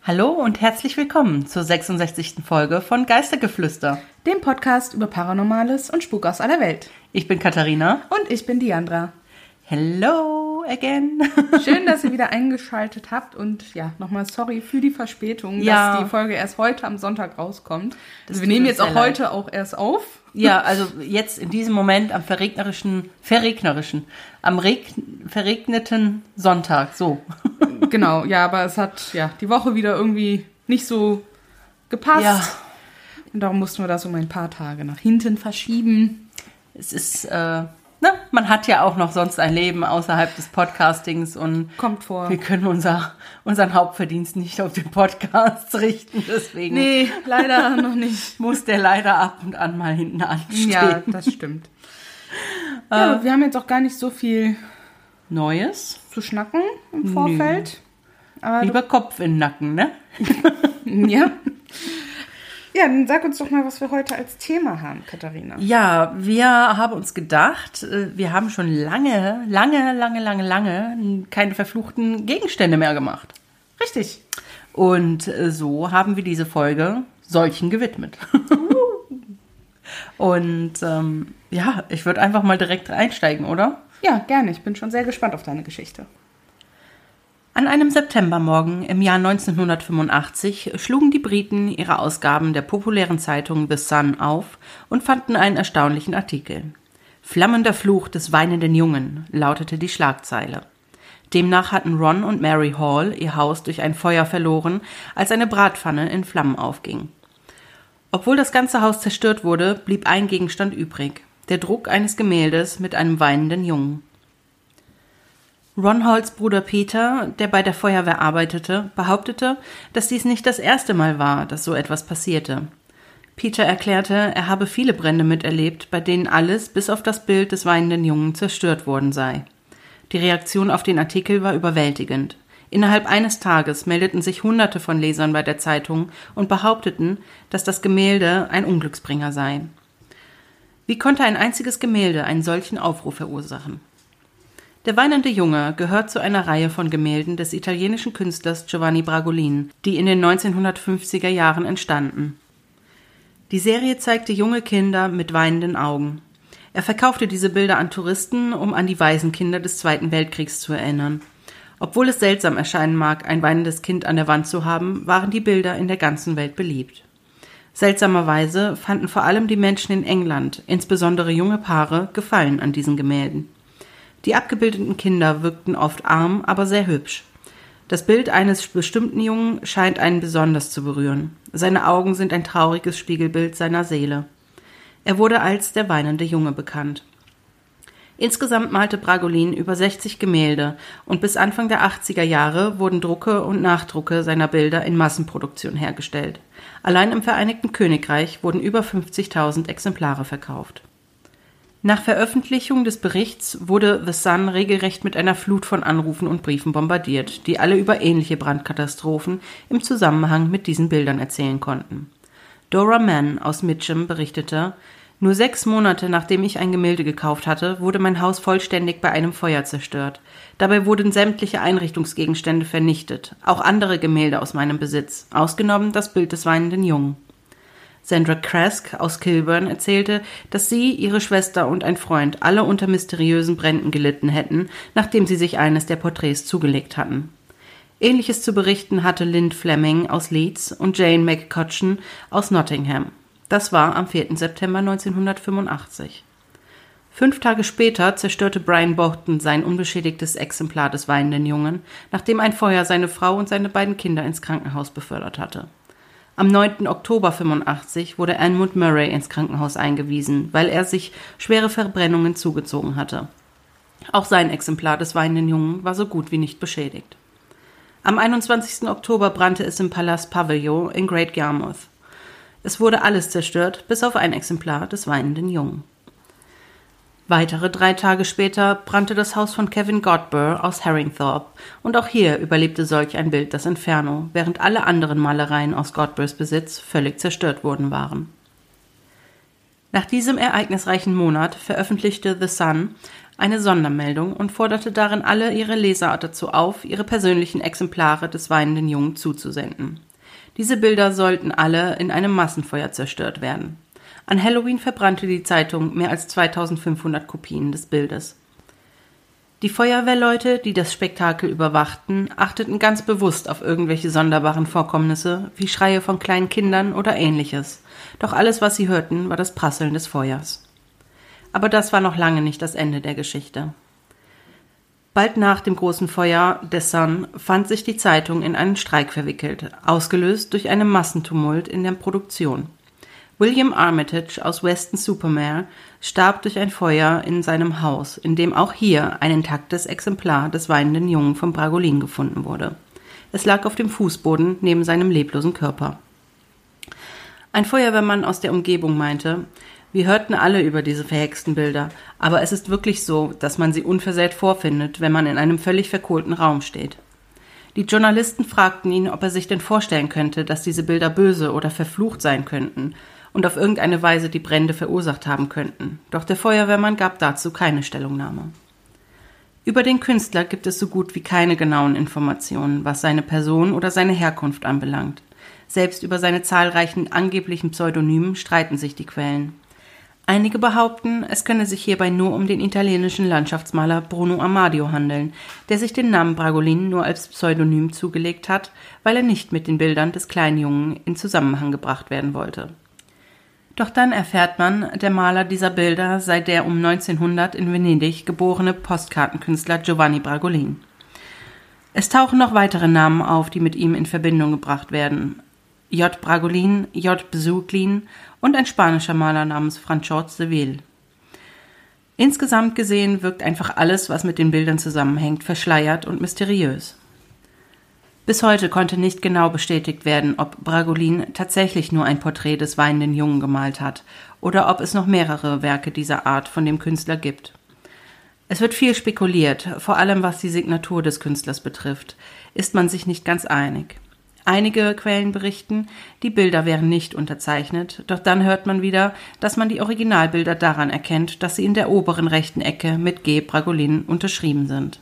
Hallo und herzlich willkommen zur 66. Folge von Geistergeflüster, dem Podcast über Paranormales und Spuk aus aller Welt. Ich bin Katharina. Und ich bin Diandra. Hello again. Schön, dass ihr wieder eingeschaltet habt und ja, nochmal sorry für die Verspätung, dass die Folge erst heute am Sonntag rauskommt. Also wir nehmen jetzt auch heute auch erst auf. Ja, also jetzt in diesem Moment am verregneten Sonntag, so. Genau, ja, aber es hat die Woche wieder irgendwie nicht so gepasst. Ja. Und darum mussten wir das um ein paar Tage nach hinten verschieben. Es ist, man hat ja auch noch sonst ein Leben außerhalb des Podcastings und kommt vor. Wir können unseren Hauptverdienst nicht auf den Podcasts richten, deswegen. Nee, leider noch nicht. Muss der leider ab und an mal hinten anstehen. Ja, das stimmt. Ja, wir haben jetzt auch gar nicht so viel Neues zu schnacken im Vorfeld. Aber lieber Kopf in den Nacken, ne? Ja. Ja, dann sag uns doch mal, was wir heute als Thema haben, Katharina. Ja, wir haben uns gedacht, wir haben schon lange keine verfluchten Gegenstände mehr gemacht. Richtig. Und so haben wir diese Folge solchen gewidmet. Und ich würde einfach mal direkt einsteigen, oder? Ja, gerne. Ich bin schon sehr gespannt auf deine Geschichte. An einem Septembermorgen im Jahr 1985 schlugen die Briten ihre Ausgaben der populären Zeitung The Sun auf und fanden einen erstaunlichen Artikel. »Flammender Fluch des weinenden Jungen« lautete die Schlagzeile. Demnach hatten Ron und Mary Hall ihr Haus durch ein Feuer verloren, als eine Bratpfanne in Flammen aufging. Obwohl das ganze Haus zerstört wurde, blieb ein Gegenstand übrig: der Druck eines Gemäldes mit einem weinenden Jungen. Ron Halls Bruder Peter, der bei der Feuerwehr arbeitete, behauptete, dass dies nicht das erste Mal war, dass so etwas passierte. Peter erklärte, er habe viele Brände miterlebt, bei denen alles bis auf das Bild des weinenden Jungen zerstört worden sei. Die Reaktion auf den Artikel war überwältigend. Innerhalb eines Tages meldeten sich Hunderte von Lesern bei der Zeitung und behaupteten, dass das Gemälde ein Unglücksbringer sei. Wie konnte ein einziges Gemälde einen solchen Aufruhr verursachen? Der weinende Junge gehört zu einer Reihe von Gemälden des italienischen Künstlers Giovanni Bragolin, die in den 1950er Jahren entstanden. Die Serie zeigte junge Kinder mit weinenden Augen. Er verkaufte diese Bilder an Touristen, um an die Waisenkinder des Zweiten Weltkriegs zu erinnern. Obwohl es seltsam erscheinen mag, ein weinendes Kind an der Wand zu haben, waren die Bilder in der ganzen Welt beliebt. Seltsamerweise fanden vor allem die Menschen in England, insbesondere junge Paare, Gefallen an diesen Gemälden. Die abgebildeten Kinder wirkten oft arm, aber sehr hübsch. Das Bild eines bestimmten Jungen scheint einen besonders zu berühren. Seine Augen sind ein trauriges Spiegelbild seiner Seele. Er wurde als der weinende Junge bekannt. Insgesamt malte Bragolin über 60 Gemälde und bis Anfang der 80er Jahre wurden Drucke und Nachdrucke seiner Bilder in Massenproduktion hergestellt. Allein im Vereinigten Königreich wurden über 50.000 Exemplare verkauft. Nach Veröffentlichung des Berichts wurde The Sun regelrecht mit einer Flut von Anrufen und Briefen bombardiert, die alle über ähnliche Brandkatastrophen im Zusammenhang mit diesen Bildern erzählen konnten. Dora Mann aus Mitcham berichtete: Nur 6 Monate nachdem ich ein Gemälde gekauft hatte, wurde mein Haus vollständig bei einem Feuer zerstört. Dabei wurden sämtliche Einrichtungsgegenstände vernichtet, auch andere Gemälde aus meinem Besitz, ausgenommen das Bild des weinenden Jungen. Sandra Krask aus Kilburn erzählte, dass sie, ihre Schwester und ein Freund alle unter mysteriösen Bränden gelitten hätten, nachdem sie sich eines der Porträts zugelegt hatten. Ähnliches zu berichten hatte Lynn Fleming aus Leeds und Jane McCutcheon aus Nottingham. Das war am 4. September 1985. 5 Tage später zerstörte Brian Boughton sein unbeschädigtes Exemplar des weinenden Jungen, nachdem ein Feuer seine Frau und seine beiden Kinder ins Krankenhaus befördert hatte. Am 9. Oktober 1985 wurde Anmund Murray ins Krankenhaus eingewiesen, weil er sich schwere Verbrennungen zugezogen hatte. Auch sein Exemplar des weinenden Jungen war so gut wie nicht beschädigt. Am 21. Oktober brannte es im Palace Pavilion in Great Yarmouth. Es wurde alles zerstört, bis auf ein Exemplar des weinenden Jungen. Weitere 3 Tage später brannte das Haus von Kevin Godber aus Harringthorpe und auch hier überlebte solch ein Bild das Inferno, während alle anderen Malereien aus Godbers Besitz völlig zerstört worden waren. Nach diesem ereignisreichen Monat veröffentlichte The Sun eine Sondermeldung und forderte darin alle ihre Leser dazu auf, ihre persönlichen Exemplare des weinenden Jungen zuzusenden. Diese Bilder sollten alle in einem Massenfeuer zerstört werden. An Halloween verbrannte die Zeitung mehr als 2500 Kopien des Bildes. Die Feuerwehrleute, die das Spektakel überwachten, achteten ganz bewusst auf irgendwelche sonderbaren Vorkommnisse, wie Schreie von kleinen Kindern oder Ähnliches. Doch alles, was sie hörten, war das Prasseln des Feuers. Aber das war noch lange nicht das Ende der Geschichte. Bald nach dem großen Feuer des Sun fand sich die Zeitung in einen Streik verwickelt, ausgelöst durch einen Massentumult in der Produktion. William Armitage aus Weston-super-Mare starb durch ein Feuer in seinem Haus, in dem auch hier ein intaktes Exemplar des weinenden Jungen von Bragolin gefunden wurde. Es lag auf dem Fußboden neben seinem leblosen Körper. Ein Feuerwehrmann aus der Umgebung meinte: Wir hörten alle über diese verhexten Bilder, aber es ist wirklich so, dass man sie unversehrt vorfindet, wenn man in einem völlig verkohlten Raum steht. Die Journalisten fragten ihn, ob er sich denn vorstellen könnte, dass diese Bilder böse oder verflucht sein könnten und auf irgendeine Weise die Brände verursacht haben könnten. Doch der Feuerwehrmann gab dazu keine Stellungnahme. Über den Künstler gibt es so gut wie keine genauen Informationen, was seine Person oder seine Herkunft anbelangt. Selbst über seine zahlreichen angeblichen Pseudonymen streiten sich die Quellen. Einige behaupten, es könne sich hierbei nur um den italienischen Landschaftsmaler Bruno Amadio handeln, der sich den Namen Bragolin nur als Pseudonym zugelegt hat, weil er nicht mit den Bildern des kleinen Jungen in Zusammenhang gebracht werden wollte. Doch dann erfährt man, der Maler dieser Bilder sei der um 1900 in Venedig geborene Postkartenkünstler Giovanni Bragolin. Es tauchen noch weitere Namen auf, die mit ihm in Verbindung gebracht werden. J. Bragolin, J. Besuglin und ein spanischer Maler namens Franchois Seville. Insgesamt gesehen wirkt einfach alles, was mit den Bildern zusammenhängt, verschleiert und mysteriös. Bis heute konnte nicht genau bestätigt werden, ob Bragolin tatsächlich nur ein Porträt des weinenden Jungen gemalt hat oder ob es noch mehrere Werke dieser Art von dem Künstler gibt. Es wird viel spekuliert, vor allem was die Signatur des Künstlers betrifft, ist man sich nicht ganz einig. Einige Quellen berichten, die Bilder wären nicht unterzeichnet, doch dann hört man wieder, dass man die Originalbilder daran erkennt, dass sie in der oberen rechten Ecke mit G. Bragolin unterschrieben sind.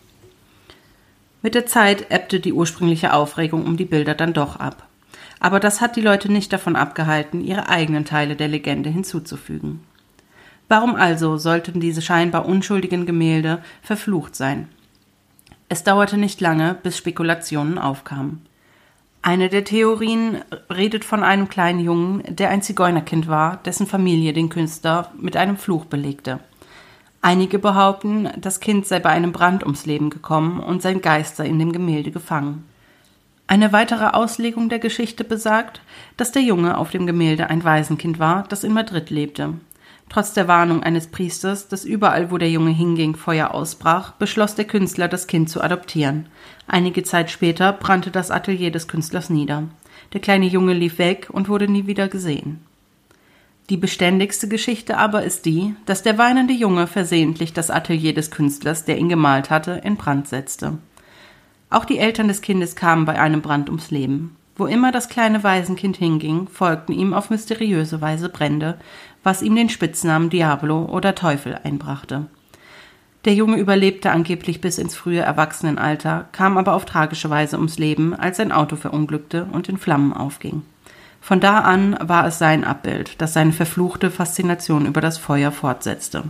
Mit der Zeit ebbte die ursprüngliche Aufregung um die Bilder dann doch ab. Aber das hat die Leute nicht davon abgehalten, ihre eigenen Teile der Legende hinzuzufügen. Warum also sollten diese scheinbar unschuldigen Gemälde verflucht sein? Es dauerte nicht lange, bis Spekulationen aufkamen. Eine der Theorien redet von einem kleinen Jungen, der ein Zigeunerkind war, dessen Familie den Künstler mit einem Fluch belegte. Einige behaupten, das Kind sei bei einem Brand ums Leben gekommen und sein Geist sei in dem Gemälde gefangen. Eine weitere Auslegung der Geschichte besagt, dass der Junge auf dem Gemälde ein Waisenkind war, das in Madrid lebte. Trotz der Warnung eines Priesters, dass überall, wo der Junge hinging, Feuer ausbrach, beschloss der Künstler, das Kind zu adoptieren. Einige Zeit später brannte das Atelier des Künstlers nieder. Der kleine Junge lief weg und wurde nie wieder gesehen. Die beständigste Geschichte aber ist die, dass der weinende Junge versehentlich das Atelier des Künstlers, der ihn gemalt hatte, in Brand setzte. Auch die Eltern des Kindes kamen bei einem Brand ums Leben. Wo immer das kleine Waisenkind hinging, folgten ihm auf mysteriöse Weise Brände, was ihm den Spitznamen Diablo oder Teufel einbrachte. Der Junge überlebte angeblich bis ins frühe Erwachsenenalter, kam aber auf tragische Weise ums Leben, als sein Auto verunglückte und in Flammen aufging. Von da an war es sein Abbild, das seine verfluchte Faszination über das Feuer fortsetzte.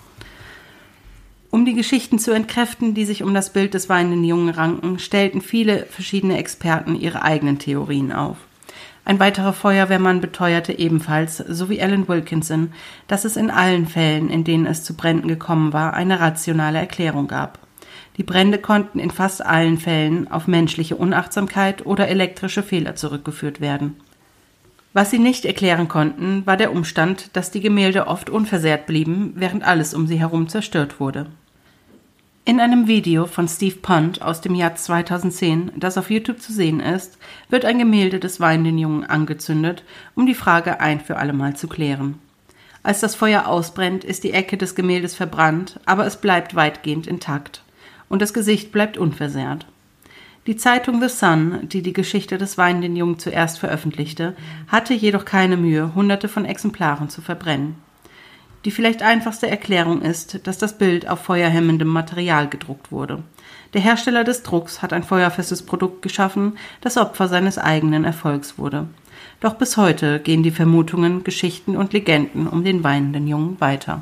Um die Geschichten zu entkräften, die sich um das Bild des weinenden Jungen ranken, stellten viele verschiedene Experten ihre eigenen Theorien auf. Ein weiterer Feuerwehrmann beteuerte ebenfalls, so wie Alan Wilkinson, dass es in allen Fällen, in denen es zu Bränden gekommen war, eine rationale Erklärung gab. Die Brände konnten in fast allen Fällen auf menschliche Unachtsamkeit oder elektrische Fehler zurückgeführt werden. Was sie nicht erklären konnten, war der Umstand, dass die Gemälde oft unversehrt blieben, während alles um sie herum zerstört wurde. In einem Video von Steve Pond aus dem Jahr 2010, das auf YouTube zu sehen ist, wird ein Gemälde des weinenden Jungen angezündet, um die Frage ein für allemal zu klären. Als das Feuer ausbrennt, ist die Ecke des Gemäldes verbrannt, aber es bleibt weitgehend intakt und das Gesicht bleibt unversehrt. Die Zeitung The Sun, die die Geschichte des weinenden Jungen zuerst veröffentlichte, hatte jedoch keine Mühe, Hunderte von Exemplaren zu verbrennen. Die vielleicht einfachste Erklärung ist, dass das Bild auf feuerhemmendem Material gedruckt wurde. Der Hersteller des Drucks hat ein feuerfestes Produkt geschaffen, das Opfer seines eigenen Erfolgs wurde. Doch bis heute gehen die Vermutungen, Geschichten und Legenden um den weinenden Jungen weiter.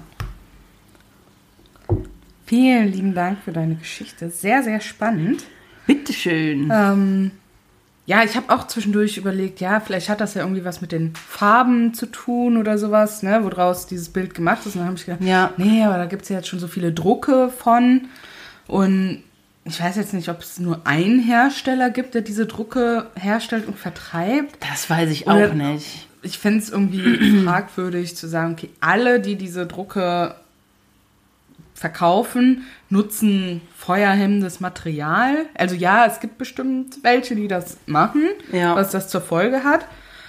Vielen lieben Dank für deine Geschichte. Sehr, sehr spannend. Bitteschön. Ja, ich habe auch zwischendurch überlegt, ja, vielleicht hat das ja irgendwie was mit den Farben zu tun oder sowas, ne, woraus dieses Bild gemacht ist. Und dann habe ich gedacht, nee, aber da gibt es ja jetzt schon so viele Drucke von. Und ich weiß jetzt nicht, ob es nur einen Hersteller gibt, der diese Drucke herstellt und vertreibt. Das weiß ich auch nicht. Ich finde es irgendwie fragwürdig zu sagen, okay, alle, die diese Drucke verkaufen, nutzen feuerhemmendes Material. Also ja, es gibt bestimmt welche, die das machen, was das zur Folge hat.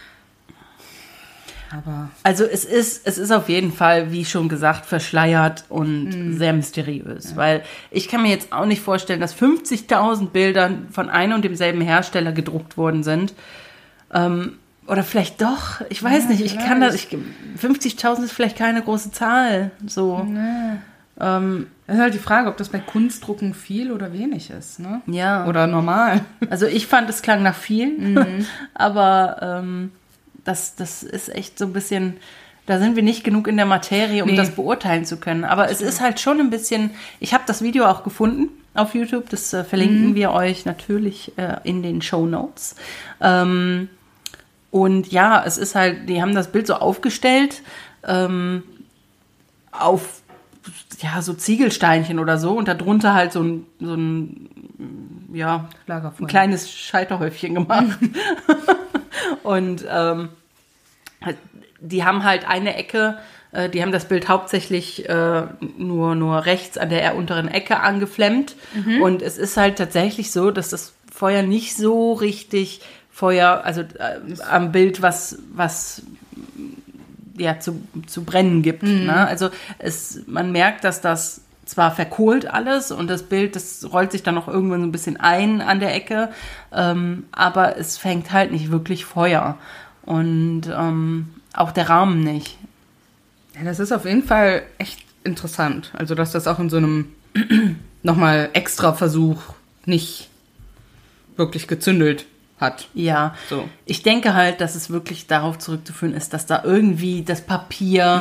Aber also es ist auf jeden Fall, wie schon gesagt, verschleiert und sehr mysteriös. Weil ich kann mir jetzt auch nicht vorstellen, dass 50.000 Bilder von einem und demselben Hersteller gedruckt worden sind. Oder vielleicht doch, ich weiß nicht, 50.000 ist vielleicht keine große Zahl. So. Nee. Das ist halt die Frage, ob das bei Kunstdrucken viel oder wenig ist, ne? Ja. Oder normal. Also ich fand, es klang nach viel, aber das ist echt so ein bisschen, da sind wir nicht genug in der Materie, um das beurteilen zu können. Aber es ist halt schon ein bisschen, ich habe das Video auch gefunden auf YouTube, das verlinken wir euch natürlich in den Shownotes. Und ja, es ist halt, die haben das Bild so aufgestellt auf so Ziegelsteinchen oder so und darunter halt so ein kleines Scheiterhäufchen gemacht. Und die haben halt eine Ecke, die haben das Bild hauptsächlich nur rechts an der unteren Ecke angeflemmt. Und es ist halt tatsächlich so, dass das Feuer nicht so richtig am Bild was zu brennen gibt. Ne? Also man merkt, dass das zwar verkohlt alles und das Bild, das rollt sich dann noch irgendwann so ein bisschen ein an der Ecke, aber es fängt halt nicht wirklich Feuer. Und auch der Rahmen nicht. Ja, das ist auf jeden Fall echt interessant. Also, dass das auch in so einem nochmal extra Versuch nicht wirklich gezündelt hat. Ja, so. Ich denke halt, dass es wirklich darauf zurückzuführen ist, dass da irgendwie das Papier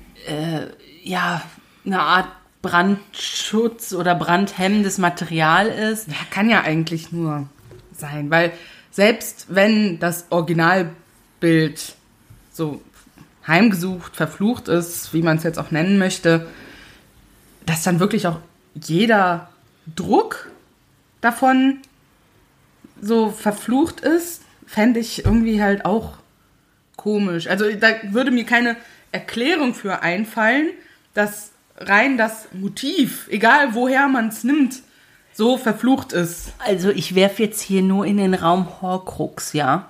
eine Art Brandschutz oder brandhemmendes Material ist. Ja, kann ja eigentlich nur sein, weil selbst wenn das Originalbild so heimgesucht, verflucht ist, wie man es jetzt auch nennen möchte, dass dann wirklich auch jeder Druck davon so verflucht ist, fände ich irgendwie halt auch komisch. Also da würde mir keine Erklärung für einfallen, dass rein das Motiv, egal woher man es nimmt, so verflucht ist. Also ich werfe jetzt hier nur in den Raum Horcrux, ja?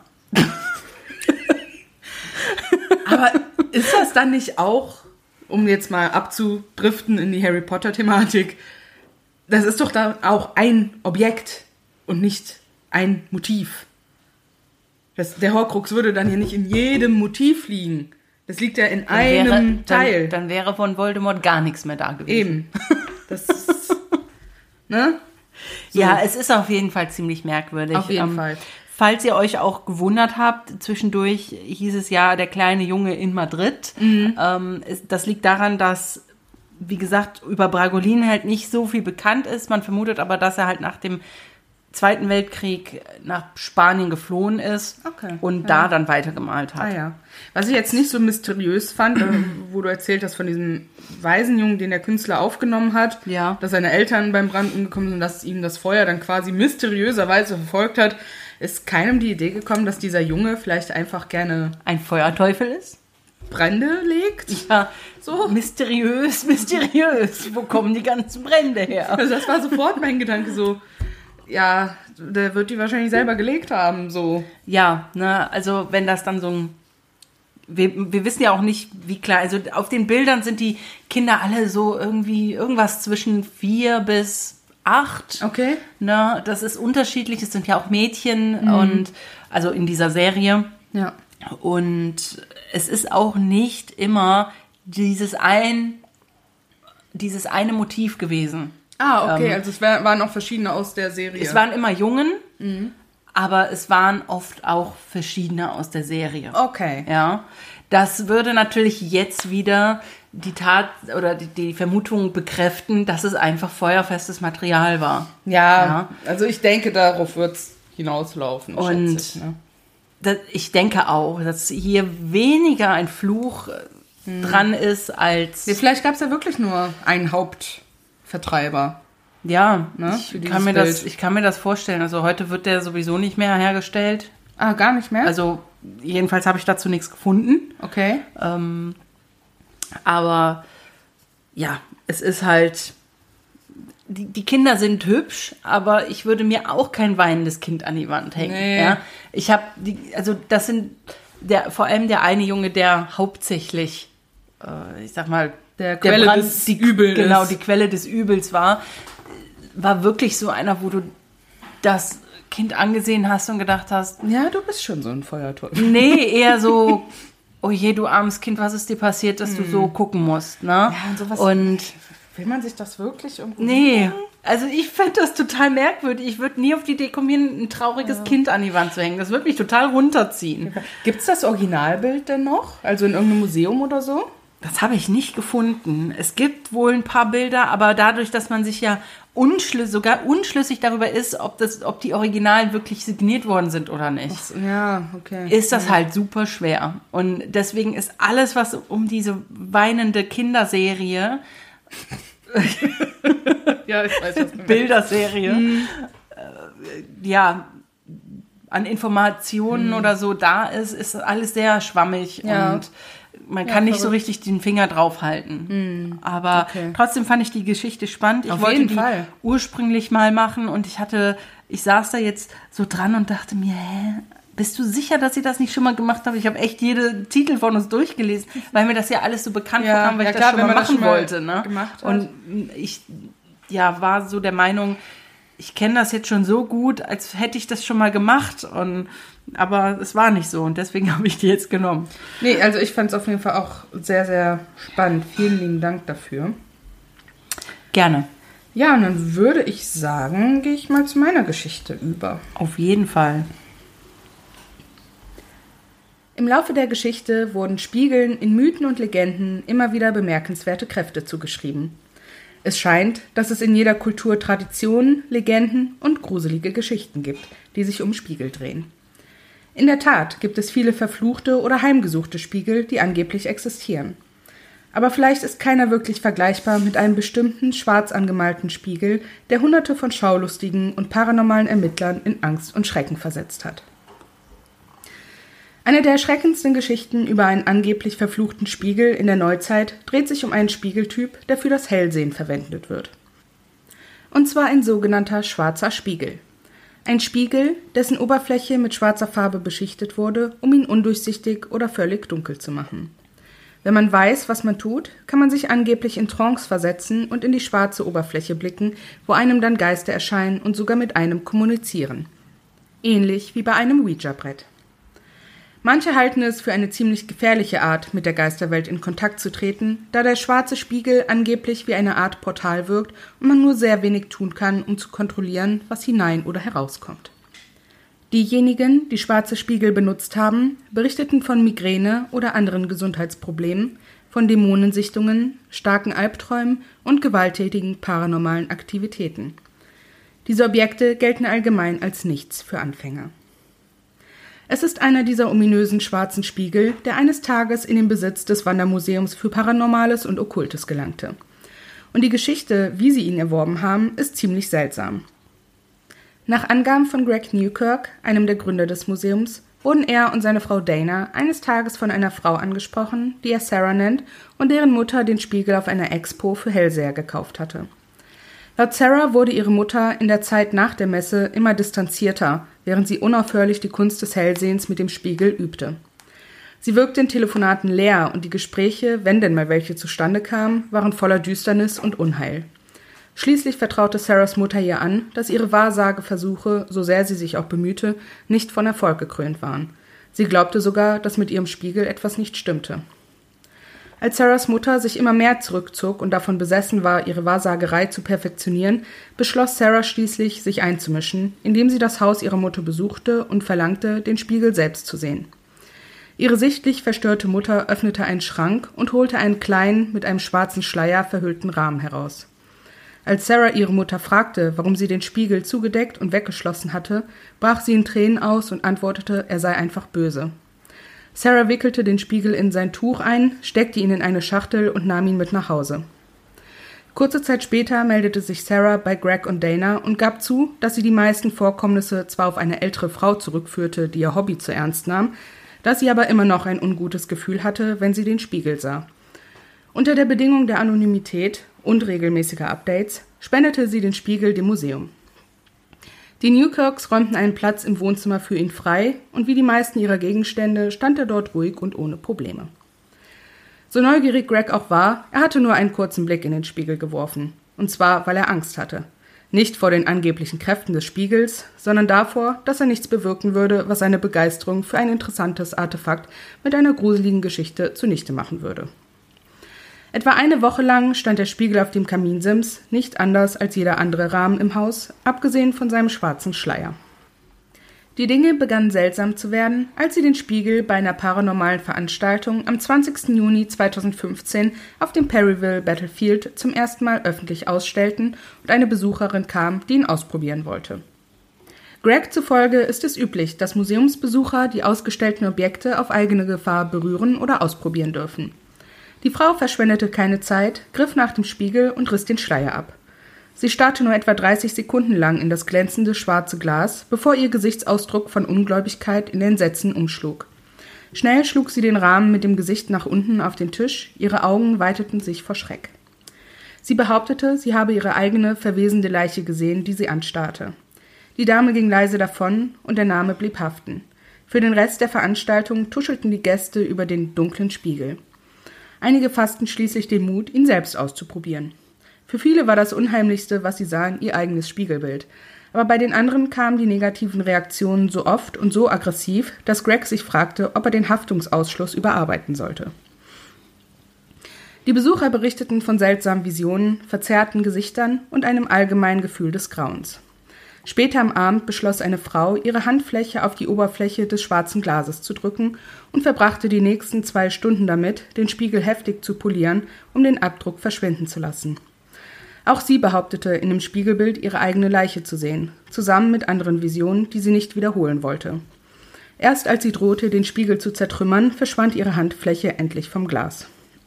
Aber ist das dann nicht auch, um jetzt mal abzudriften in die Harry Potter-Thematik, das ist doch da auch ein Objekt und nicht ein Motiv. Der Horcrux würde dann hier nicht in jedem Motiv liegen. Das liegt ja in einem Teil. Dann wäre von Voldemort gar nichts mehr da gewesen. Eben. Das ist, ne? So. Ja, es ist auf jeden Fall ziemlich merkwürdig. Auf jeden Fall. Falls ihr euch auch gewundert habt, zwischendurch hieß es ja, der kleine Junge in Madrid. Das liegt daran, dass, wie gesagt, über Bragolin halt nicht so viel bekannt ist. Man vermutet aber, dass er halt nach dem Zweiten Weltkrieg nach Spanien geflohen ist und da dann weitergemalt hat. Ah ja. Was ich jetzt nicht so mysteriös fand, wo du erzählt hast von diesem Waisenjungen, den der Künstler aufgenommen hat, dass seine Eltern beim Brand umgekommen sind und dass ihm das Feuer dann quasi mysteriöserweise verfolgt hat, ist keinem die Idee gekommen, dass dieser Junge vielleicht einfach gerne ein Feuerteufel ist? Brände legt? Ja, so mysteriös. Wo kommen die ganzen Brände her? Also das war sofort mein Gedanke so. Ja, der wird die wahrscheinlich selber gelegt haben, so. Ja, ne, also wenn das dann so ein... Wir wissen ja auch nicht, wie klar... Also auf den Bildern sind die Kinder alle so irgendwie irgendwas zwischen 4 bis 8. Okay. Ne, das ist unterschiedlich, es sind ja auch Mädchen und also in dieser Serie. Ja. Und es ist auch nicht immer dieses eine Motiv gewesen. Ah, okay, also es waren auch verschiedene aus der Serie. Es waren immer Jungen, aber es waren oft auch verschiedene aus der Serie. Okay. Ja, das würde natürlich jetzt wieder die Tat oder die Vermutung bekräften, dass es einfach feuerfestes Material war. Ja. Also ich denke, darauf wird es hinauslaufen. Und schätze ich, ne? Ich denke auch, dass hier weniger ein Fluch dran ist als... Ja, vielleicht gab es ja wirklich nur einen Hauptvertreiber. Ja, Ne, ich kann mir das vorstellen. Also heute wird der sowieso nicht mehr hergestellt. Ah, gar nicht mehr? Also jedenfalls habe ich dazu nichts gefunden. Okay. Aber ja, es ist halt... Die Kinder sind hübsch, aber ich würde mir auch kein weinendes Kind an die Wand hängen. Nee. Ja? Ich habe das sind vor allem der eine Junge, der hauptsächlich, ich sag mal, der Quelle des Übels. Genau, die Quelle des Übels war wirklich so einer, wo du das Kind angesehen hast und gedacht hast, ja, du bist schon so ein Feuerteufel. nee, eher so, oh je, du armes Kind, was ist dir passiert, dass du so gucken musst, ne? Ja, und sowas. Und will man sich das wirklich irgendwo... nee, also ich fände das total merkwürdig. Ich würde nie auf die Idee kommen, hier ein trauriges Kind an die Wand zu hängen. Das würde mich total runterziehen. Gibt es das Originalbild denn noch? Also in irgendeinem Museum oder so? Das habe ich nicht gefunden. Es gibt wohl ein paar Bilder, aber dadurch, dass man sich ja sogar unschlüssig darüber ist, ob die Originalen wirklich signiert worden sind oder nicht, Ja, okay. ist das halt super schwer. Und deswegen ist alles, was um diese weinende Kinderserie... Ja, ich weiß, was du Bilderserie, ja, an Informationen oder so da ist alles sehr schwammig und man kann nicht so richtig den Finger drauf halten. Aber trotzdem fand ich die Geschichte spannend. Ich wollte die ursprünglich mal machen und ich saß da jetzt so dran und dachte mir, bist du sicher, dass ich das nicht schon mal gemacht habe? Ich habe echt jede Titel von uns durchgelesen, weil mir das ja alles so bekannt vorkam, weil ich das schon mal machen wollte. Ne? Und ich war so der Meinung, ich kenne das jetzt schon so gut, als hätte ich das schon mal gemacht. Aber es war nicht so und deswegen habe ich die jetzt genommen. Nee, also ich fand es auf jeden Fall auch sehr, sehr spannend. Vielen lieben Dank dafür. Gerne. Ja, und dann würde ich sagen, gehe ich mal zu meiner Geschichte über. Auf jeden Fall. Im Laufe der Geschichte wurden Spiegeln in Mythen und Legenden immer wieder bemerkenswerte Kräfte zugeschrieben. Es scheint, dass es in jeder Kultur Traditionen, Legenden und gruselige Geschichten gibt, die sich um Spiegel drehen. In der Tat gibt es viele verfluchte oder heimgesuchte Spiegel, die angeblich existieren. Aber vielleicht ist keiner wirklich vergleichbar mit einem bestimmten schwarz angemalten Spiegel, der Hunderte von schaulustigen und paranormalen Ermittlern in Angst und Schrecken versetzt hat. Eine der erschreckendsten Geschichten über einen angeblich verfluchten Spiegel in der Neuzeit dreht sich um einen Spiegeltyp, der für das Hellsehen verwendet wird. Und zwar ein sogenannter schwarzer Spiegel. Ein Spiegel, dessen Oberfläche mit schwarzer Farbe beschichtet wurde, um ihn undurchsichtig oder völlig dunkel zu machen. Wenn man weiß, was man tut, kann man sich angeblich in Trance versetzen und in die schwarze Oberfläche blicken, wo einem dann Geister erscheinen und sogar mit einem kommunizieren. Ähnlich wie bei einem Ouija-Brett. Manche halten es für eine ziemlich gefährliche Art, mit der Geisterwelt in Kontakt zu treten, da der schwarze Spiegel angeblich wie eine Art Portal wirkt und man nur sehr wenig tun kann, um zu kontrollieren, was hinein oder herauskommt. Diejenigen, die schwarze Spiegel benutzt haben, berichteten von Migräne oder anderen Gesundheitsproblemen, von Dämonensichtungen, starken Albträumen und gewalttätigen paranormalen Aktivitäten. Diese Objekte gelten allgemein als nichts für Anfänger. Es ist einer dieser ominösen schwarzen Spiegel, der eines Tages in den Besitz des Wandermuseums für Paranormales und Okkultes gelangte. Und die Geschichte, wie sie ihn erworben haben, ist ziemlich seltsam. Nach Angaben von Greg Newkirk, einem der Gründer des Museums, wurden er und seine Frau Dana eines Tages von einer Frau angesprochen, die er Sarah nennt und deren Mutter den Spiegel auf einer Expo für Hellseher gekauft hatte. Laut Sarah wurde ihre Mutter in der Zeit nach der Messe immer distanzierter, während sie unaufhörlich die Kunst des Hellsehens mit dem Spiegel übte. Sie wirkte in Telefonaten leer und die Gespräche, wenn denn mal welche zustande kamen, waren voller Düsternis und Unheil. Schließlich vertraute Sarahs Mutter ihr an, dass ihre Wahrsageversuche, so sehr sie sich auch bemühte, nicht von Erfolg gekrönt waren. Sie glaubte sogar, dass mit ihrem Spiegel etwas nicht stimmte. Als Sarahs Mutter sich immer mehr zurückzog und davon besessen war, ihre Wahrsagerei zu perfektionieren, beschloss Sarah schließlich, sich einzumischen, indem sie das Haus ihrer Mutter besuchte und verlangte, den Spiegel selbst zu sehen. Ihre sichtlich verstörte Mutter öffnete einen Schrank und holte einen kleinen, mit einem schwarzen Schleier verhüllten Rahmen heraus. Als Sarah ihre Mutter fragte, warum sie den Spiegel zugedeckt und weggeschlossen hatte, brach sie in Tränen aus und antwortete, er sei einfach böse. Sarah wickelte den Spiegel in sein Tuch ein, steckte ihn in eine Schachtel und nahm ihn mit nach Hause. Kurze Zeit später meldete sich Sarah bei Greg und Dana und gab zu, dass sie die meisten Vorkommnisse zwar auf eine ältere Frau zurückführte, die ihr Hobby zu ernst nahm, dass sie aber immer noch ein ungutes Gefühl hatte, wenn sie den Spiegel sah. Unter der Bedingung der Anonymität und regelmäßiger Updates spendete sie den Spiegel dem Museum. Die Newkirks räumten einen Platz im Wohnzimmer für ihn frei und wie die meisten ihrer Gegenstände stand er dort ruhig und ohne Probleme. So neugierig Greg auch war, er hatte nur einen kurzen Blick in den Spiegel geworfen. Und zwar, weil er Angst hatte. Nicht vor den angeblichen Kräften des Spiegels, sondern davor, dass er nichts bewirken würde, was seine Begeisterung für ein interessantes Artefakt mit einer gruseligen Geschichte zunichte machen würde. Etwa eine Woche lang stand der Spiegel auf dem Kaminsims, nicht anders als jeder andere Rahmen im Haus, abgesehen von seinem schwarzen Schleier. Die Dinge begannen seltsam zu werden, als sie den Spiegel bei einer paranormalen Veranstaltung am 20. Juni 2015 auf dem Perryville Battlefield zum ersten Mal öffentlich ausstellten und eine Besucherin kam, die ihn ausprobieren wollte. Greg zufolge ist es üblich, dass Museumsbesucher die ausgestellten Objekte auf eigene Gefahr berühren oder ausprobieren dürfen. Die Frau verschwendete keine Zeit, griff nach dem Spiegel und riss den Schleier ab. Sie starrte nur etwa 30 Sekunden lang in das glänzende schwarze Glas, bevor ihr Gesichtsausdruck von Ungläubigkeit in Entsetzen umschlug. Schnell schlug sie den Rahmen mit dem Gesicht nach unten auf den Tisch, ihre Augen weiteten sich vor Schreck. Sie behauptete, sie habe ihre eigene, verwesende Leiche gesehen, die sie anstarrte. Die Dame ging leise davon und der Name blieb haften. Für den Rest der Veranstaltung tuschelten die Gäste über den dunklen Spiegel. Einige fassten schließlich den Mut, ihn selbst auszuprobieren. Für viele war das Unheimlichste, was sie sahen, ihr eigenes Spiegelbild. Aber bei den anderen kamen die negativen Reaktionen so oft und so aggressiv, dass Greg sich fragte, ob er den Haftungsausschluss überarbeiten sollte. Die Besucher berichteten von seltsamen Visionen, verzerrten Gesichtern und einem allgemeinen Gefühl des Grauens. Später am Abend beschloss eine Frau, ihre Handfläche auf die Oberfläche des schwarzen Glases zu drücken und verbrachte die nächsten 2 Stunden damit, den Spiegel heftig zu polieren, um den Abdruck verschwinden zu lassen. Auch sie behauptete, in dem Spiegelbild ihre eigene Leiche zu sehen, zusammen mit anderen Visionen, die sie nicht wiederholen wollte. Erst als sie drohte, den Spiegel zu zertrümmern, verschwand ihre Handfläche endlich vom Glas.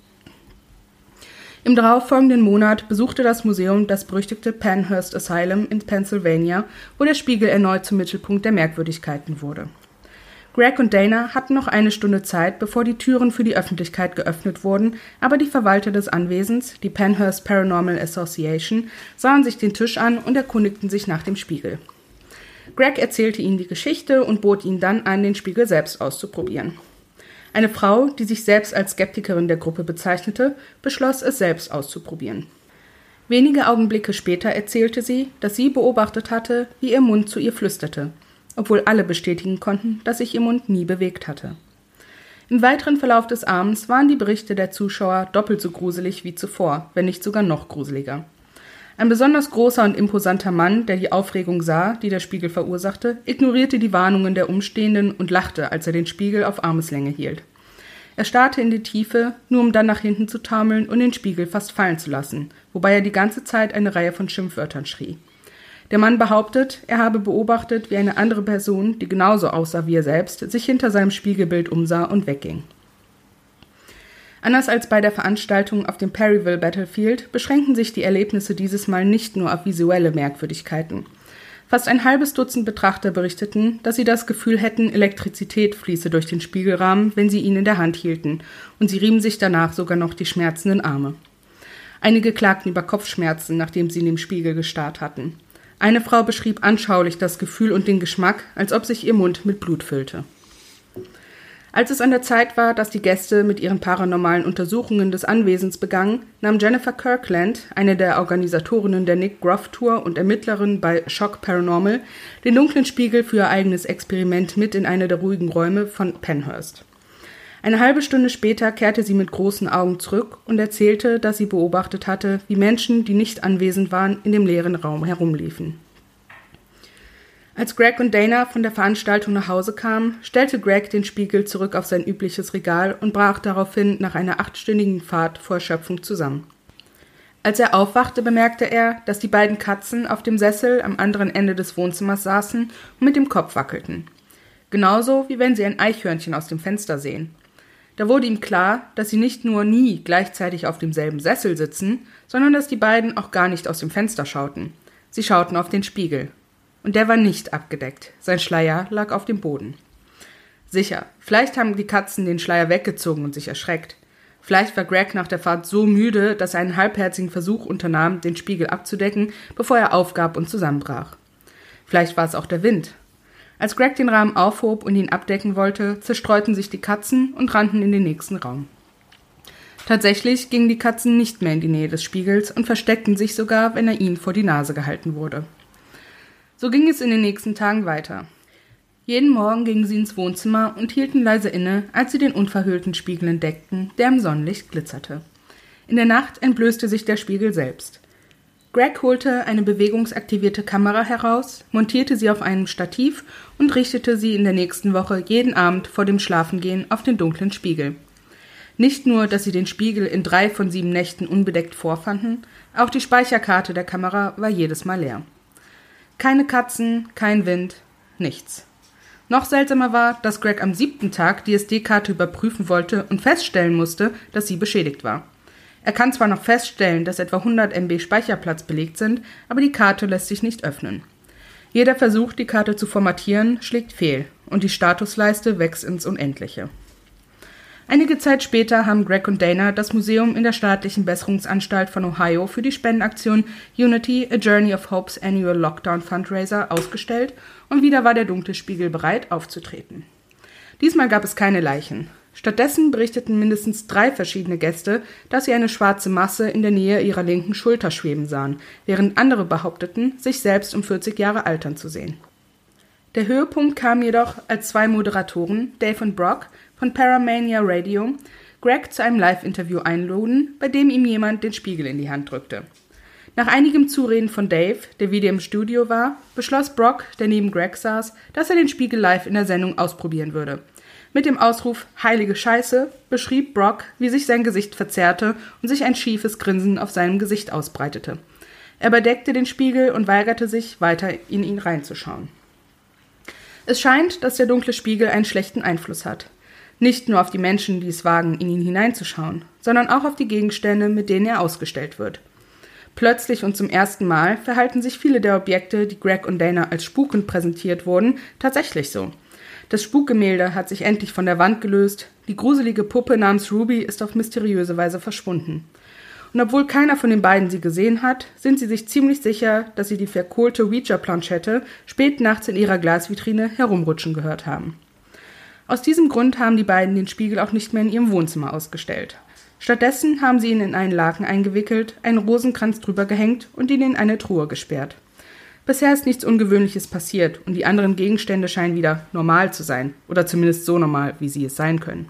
Im darauffolgenden Monat besuchte das Museum das berüchtigte Penhurst Asylum in Pennsylvania, wo der Spiegel erneut zum Mittelpunkt der Merkwürdigkeiten wurde. Greg und Dana hatten noch 1 Stunde Zeit, bevor die Türen für die Öffentlichkeit geöffnet wurden, aber die Verwalter des Anwesens, die Penhurst Paranormal Association, sahen sich den Tisch an und erkundigten sich nach dem Spiegel. Greg erzählte ihnen die Geschichte und bot ihnen dann an, den Spiegel selbst auszuprobieren. Eine Frau, die sich selbst als Skeptikerin der Gruppe bezeichnete, beschloss, es selbst auszuprobieren. Wenige Augenblicke später erzählte sie, dass sie beobachtet hatte, wie ihr Mund zu ihr flüsterte, obwohl alle bestätigen konnten, dass sich ihr Mund nie bewegt hatte. Im weiteren Verlauf des Abends waren die Berichte der Zuschauer doppelt so gruselig wie zuvor, wenn nicht sogar noch gruseliger. Ein besonders großer und imposanter Mann, der die Aufregung sah, die der Spiegel verursachte, ignorierte die Warnungen der Umstehenden und lachte, als er den Spiegel auf Armeslänge hielt. Er starrte in die Tiefe, nur um dann nach hinten zu taumeln und den Spiegel fast fallen zu lassen, wobei er die ganze Zeit eine Reihe von Schimpfwörtern schrie. Der Mann behauptet, er habe beobachtet, wie eine andere Person, die genauso aussah wie er selbst, sich hinter seinem Spiegelbild umsah und wegging. Anders als bei der Veranstaltung auf dem Perryville Battlefield beschränken sich die Erlebnisse dieses Mal nicht nur auf visuelle Merkwürdigkeiten. Fast ein halbes Dutzend Betrachter berichteten, dass sie das Gefühl hätten, Elektrizität fließe durch den Spiegelrahmen, wenn sie ihn in der Hand hielten, und sie rieben sich danach sogar noch die schmerzenden Arme. Einige klagten über Kopfschmerzen, nachdem sie in den Spiegel gestarrt hatten. Eine Frau beschrieb anschaulich das Gefühl und den Geschmack, als ob sich ihr Mund mit Blut füllte. Als es an der Zeit war, dass die Gäste mit ihren paranormalen Untersuchungen des Anwesens begannen, nahm Jennifer Kirkland, eine der Organisatorinnen der Nick Groff Tour und Ermittlerin bei Shock Paranormal, den dunklen Spiegel für ihr eigenes Experiment mit in eine der ruhigen Räume von Penhurst. Eine halbe Stunde später kehrte sie mit großen Augen zurück und erzählte, dass sie beobachtet hatte, wie Menschen, die nicht anwesend waren, in dem leeren Raum herumliefen. Als Greg und Dana von der Veranstaltung nach Hause kamen, stellte Greg den Spiegel zurück auf sein übliches Regal und brach daraufhin nach einer 8-stündigen Fahrt vor Erschöpfung zusammen. Als er aufwachte, bemerkte er, dass die beiden Katzen auf dem Sessel am anderen Ende des Wohnzimmers saßen und mit dem Kopf wackelten. Genauso, wie wenn sie ein Eichhörnchen aus dem Fenster sehen. Da wurde ihm klar, dass sie nicht nur nie gleichzeitig auf demselben Sessel sitzen, sondern dass die beiden auch gar nicht aus dem Fenster schauten. Sie schauten auf den Spiegel. Und der war nicht abgedeckt. Sein Schleier lag auf dem Boden. Sicher, vielleicht haben die Katzen den Schleier weggezogen und sich erschreckt. Vielleicht war Greg nach der Fahrt so müde, dass er einen halbherzigen Versuch unternahm, den Spiegel abzudecken, bevor er aufgab und zusammenbrach. Vielleicht war es auch der Wind. Als Greg den Rahmen aufhob und ihn abdecken wollte, zerstreuten sich die Katzen und rannten in den nächsten Raum. Tatsächlich gingen die Katzen nicht mehr in die Nähe des Spiegels und versteckten sich sogar, wenn er ihnen vor die Nase gehalten wurde. So ging es in den nächsten Tagen weiter. Jeden Morgen gingen sie ins Wohnzimmer und hielten leise inne, als sie den unverhüllten Spiegel entdeckten, der im Sonnenlicht glitzerte. In der Nacht entblößte sich der Spiegel selbst. Greg holte eine bewegungsaktivierte Kamera heraus, montierte sie auf einem Stativ und richtete sie in der nächsten Woche jeden Abend vor dem Schlafengehen auf den dunklen Spiegel. Nicht nur, dass sie den Spiegel in 3 von 7 Nächten unbedeckt vorfanden, auch die Speicherkarte der Kamera war jedes Mal leer. Keine Katzen, kein Wind, nichts. Noch seltsamer war, dass Greg am 7. Tag die SD-Karte überprüfen wollte und feststellen musste, dass sie beschädigt war. Er kann zwar noch feststellen, dass etwa 100 MB Speicherplatz belegt sind, aber die Karte lässt sich nicht öffnen. Jeder Versuch, die Karte zu formatieren, schlägt fehl und die Statusleiste wächst ins Unendliche. Einige Zeit später haben Greg und Dana das Museum in der staatlichen Besserungsanstalt von Ohio für die Spendenaktion Unity, A Journey of Hope's Annual Lockdown Fundraiser ausgestellt und wieder war der dunkle Spiegel bereit, aufzutreten. Diesmal gab es keine Leichen. Stattdessen berichteten mindestens 3 verschiedene Gäste, dass sie eine schwarze Masse in der Nähe ihrer linken Schulter schweben sahen, während andere behaupteten, sich selbst um 40 Jahre altern zu sehen. Der Höhepunkt kam jedoch, als 2 Moderatoren, Dave und Brock, von Paramania Radio, Greg zu einem Live-Interview einluden, bei dem ihm jemand den Spiegel in die Hand drückte. Nach einigem Zureden von Dave, der wieder im Studio war, beschloss Brock, der neben Greg saß, dass er den Spiegel live in der Sendung ausprobieren würde. Mit dem Ausruf »Heilige Scheiße« beschrieb Brock, wie sich sein Gesicht verzerrte und sich ein schiefes Grinsen auf seinem Gesicht ausbreitete. Er bedeckte den Spiegel und weigerte sich, weiter in ihn reinzuschauen. Es scheint, dass der dunkle Spiegel einen schlechten Einfluss hat. Nicht nur auf die Menschen, die es wagen, in ihn hineinzuschauen, sondern auch auf die Gegenstände, mit denen er ausgestellt wird. Plötzlich und zum ersten Mal verhalten sich viele der Objekte, die Greg und Dana als spukend präsentiert wurden, tatsächlich so. Das Spukgemälde hat sich endlich von der Wand gelöst, die gruselige Puppe namens Ruby ist auf mysteriöse Weise verschwunden. Und obwohl keiner von den beiden sie gesehen hat, sind sie sich ziemlich sicher, dass sie die verkohlte Ouija-Planchette spät nachts in ihrer Glasvitrine herumrutschen gehört haben. Aus diesem Grund haben die beiden den Spiegel auch nicht mehr in ihrem Wohnzimmer ausgestellt. Stattdessen haben sie ihn in einen Laken eingewickelt, einen Rosenkranz drüber gehängt und ihn in eine Truhe gesperrt. Bisher ist nichts Ungewöhnliches passiert und die anderen Gegenstände scheinen wieder normal zu sein, oder zumindest so normal, wie sie es sein können.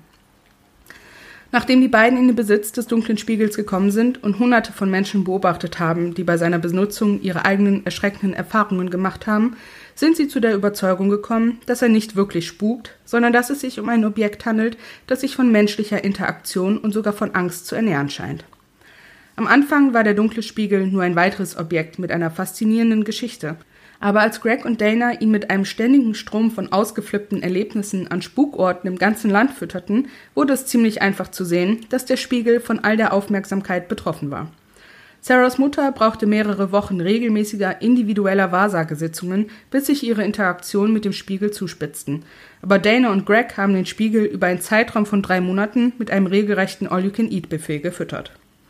Nachdem die beiden in den Besitz des dunklen Spiegels gekommen sind und Hunderte von Menschen beobachtet haben, die bei seiner Benutzung ihre eigenen erschreckenden Erfahrungen gemacht haben, sind sie zu der Überzeugung gekommen, dass er nicht wirklich spukt, sondern dass es sich um ein Objekt handelt, das sich von menschlicher Interaktion und sogar von Angst zu ernähren scheint. Am Anfang war der dunkle Spiegel nur ein weiteres Objekt mit einer faszinierenden Geschichte. Aber als Greg und Dana ihn mit einem ständigen Strom von ausgeflippten Erlebnissen an Spukorten im ganzen Land fütterten, wurde es ziemlich einfach zu sehen, dass der Spiegel von all der Aufmerksamkeit betroffen war. Sarahs Mutter brauchte mehrere Wochen regelmäßiger individueller Wahrsagesitzungen, bis sich ihre Interaktionen mit dem Spiegel zuspitzten. Aber Dana und Greg haben den Spiegel über einen Zeitraum von 3 Monaten mit einem regelrechten All-You-Can-Eat-Buffet gefüttert.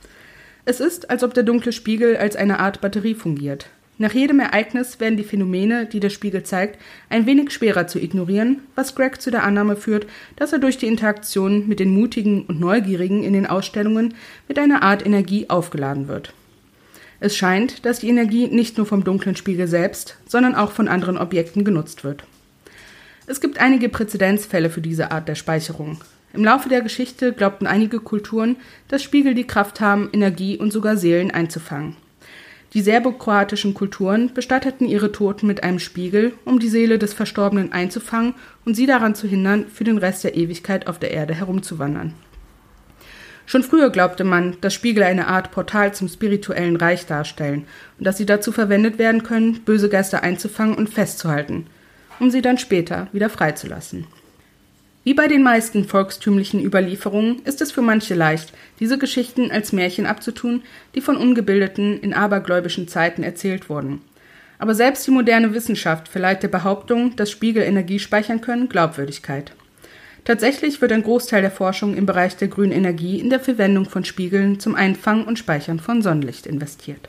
Es ist, als ob der dunkle Spiegel als eine Art Batterie fungiert. Nach jedem Ereignis werden die Phänomene, die der Spiegel zeigt, ein wenig schwerer zu ignorieren, was Greg zu der Annahme führt, dass er durch die Interaktion mit den Mutigen und Neugierigen in den Ausstellungen mit einer Art Energie aufgeladen wird. Es scheint, dass die Energie nicht nur vom dunklen Spiegel selbst, sondern auch von anderen Objekten genutzt wird. Es gibt einige Präzedenzfälle für diese Art der Speicherung. Im Laufe der Geschichte glaubten einige Kulturen, dass Spiegel die Kraft haben, Energie und sogar Seelen einzufangen. Die serbokroatischen Kulturen bestatteten ihre Toten mit einem Spiegel, um die Seele des Verstorbenen einzufangen und sie daran zu hindern, für den Rest der Ewigkeit auf der Erde herumzuwandern. Schon früher glaubte man, dass Spiegel eine Art Portal zum spirituellen Reich darstellen und dass sie dazu verwendet werden können, böse Geister einzufangen und festzuhalten, um sie dann später wieder freizulassen. Wie bei den meisten volkstümlichen Überlieferungen ist es für manche leicht, diese Geschichten als Märchen abzutun, die von Ungebildeten in abergläubischen Zeiten erzählt wurden. Aber selbst die moderne Wissenschaft verleiht der Behauptung, dass Spiegel Energie speichern können, Glaubwürdigkeit. Tatsächlich wird ein Großteil der Forschung im Bereich der grünen Energie in der Verwendung von Spiegeln zum Einfangen und Speichern von Sonnenlicht investiert.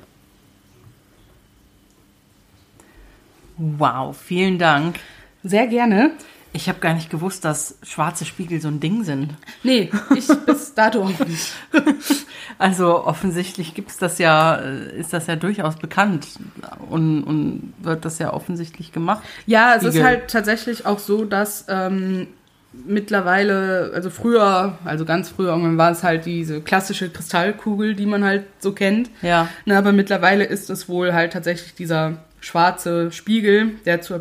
Wow, vielen Dank. Sehr gerne. Ich habe gar nicht gewusst, dass schwarze Spiegel so ein Ding sind. Nee, ich bis dato auch nicht. Also offensichtlich ist das ja durchaus bekannt und wird das ja offensichtlich gemacht. Ja, es ist halt tatsächlich auch so, dass mittlerweile, also früher, also ganz früher, irgendwann war es halt diese klassische Kristallkugel, die man halt so kennt. Ja. Na, aber mittlerweile ist es wohl halt tatsächlich dieser schwarze Spiegel, der zur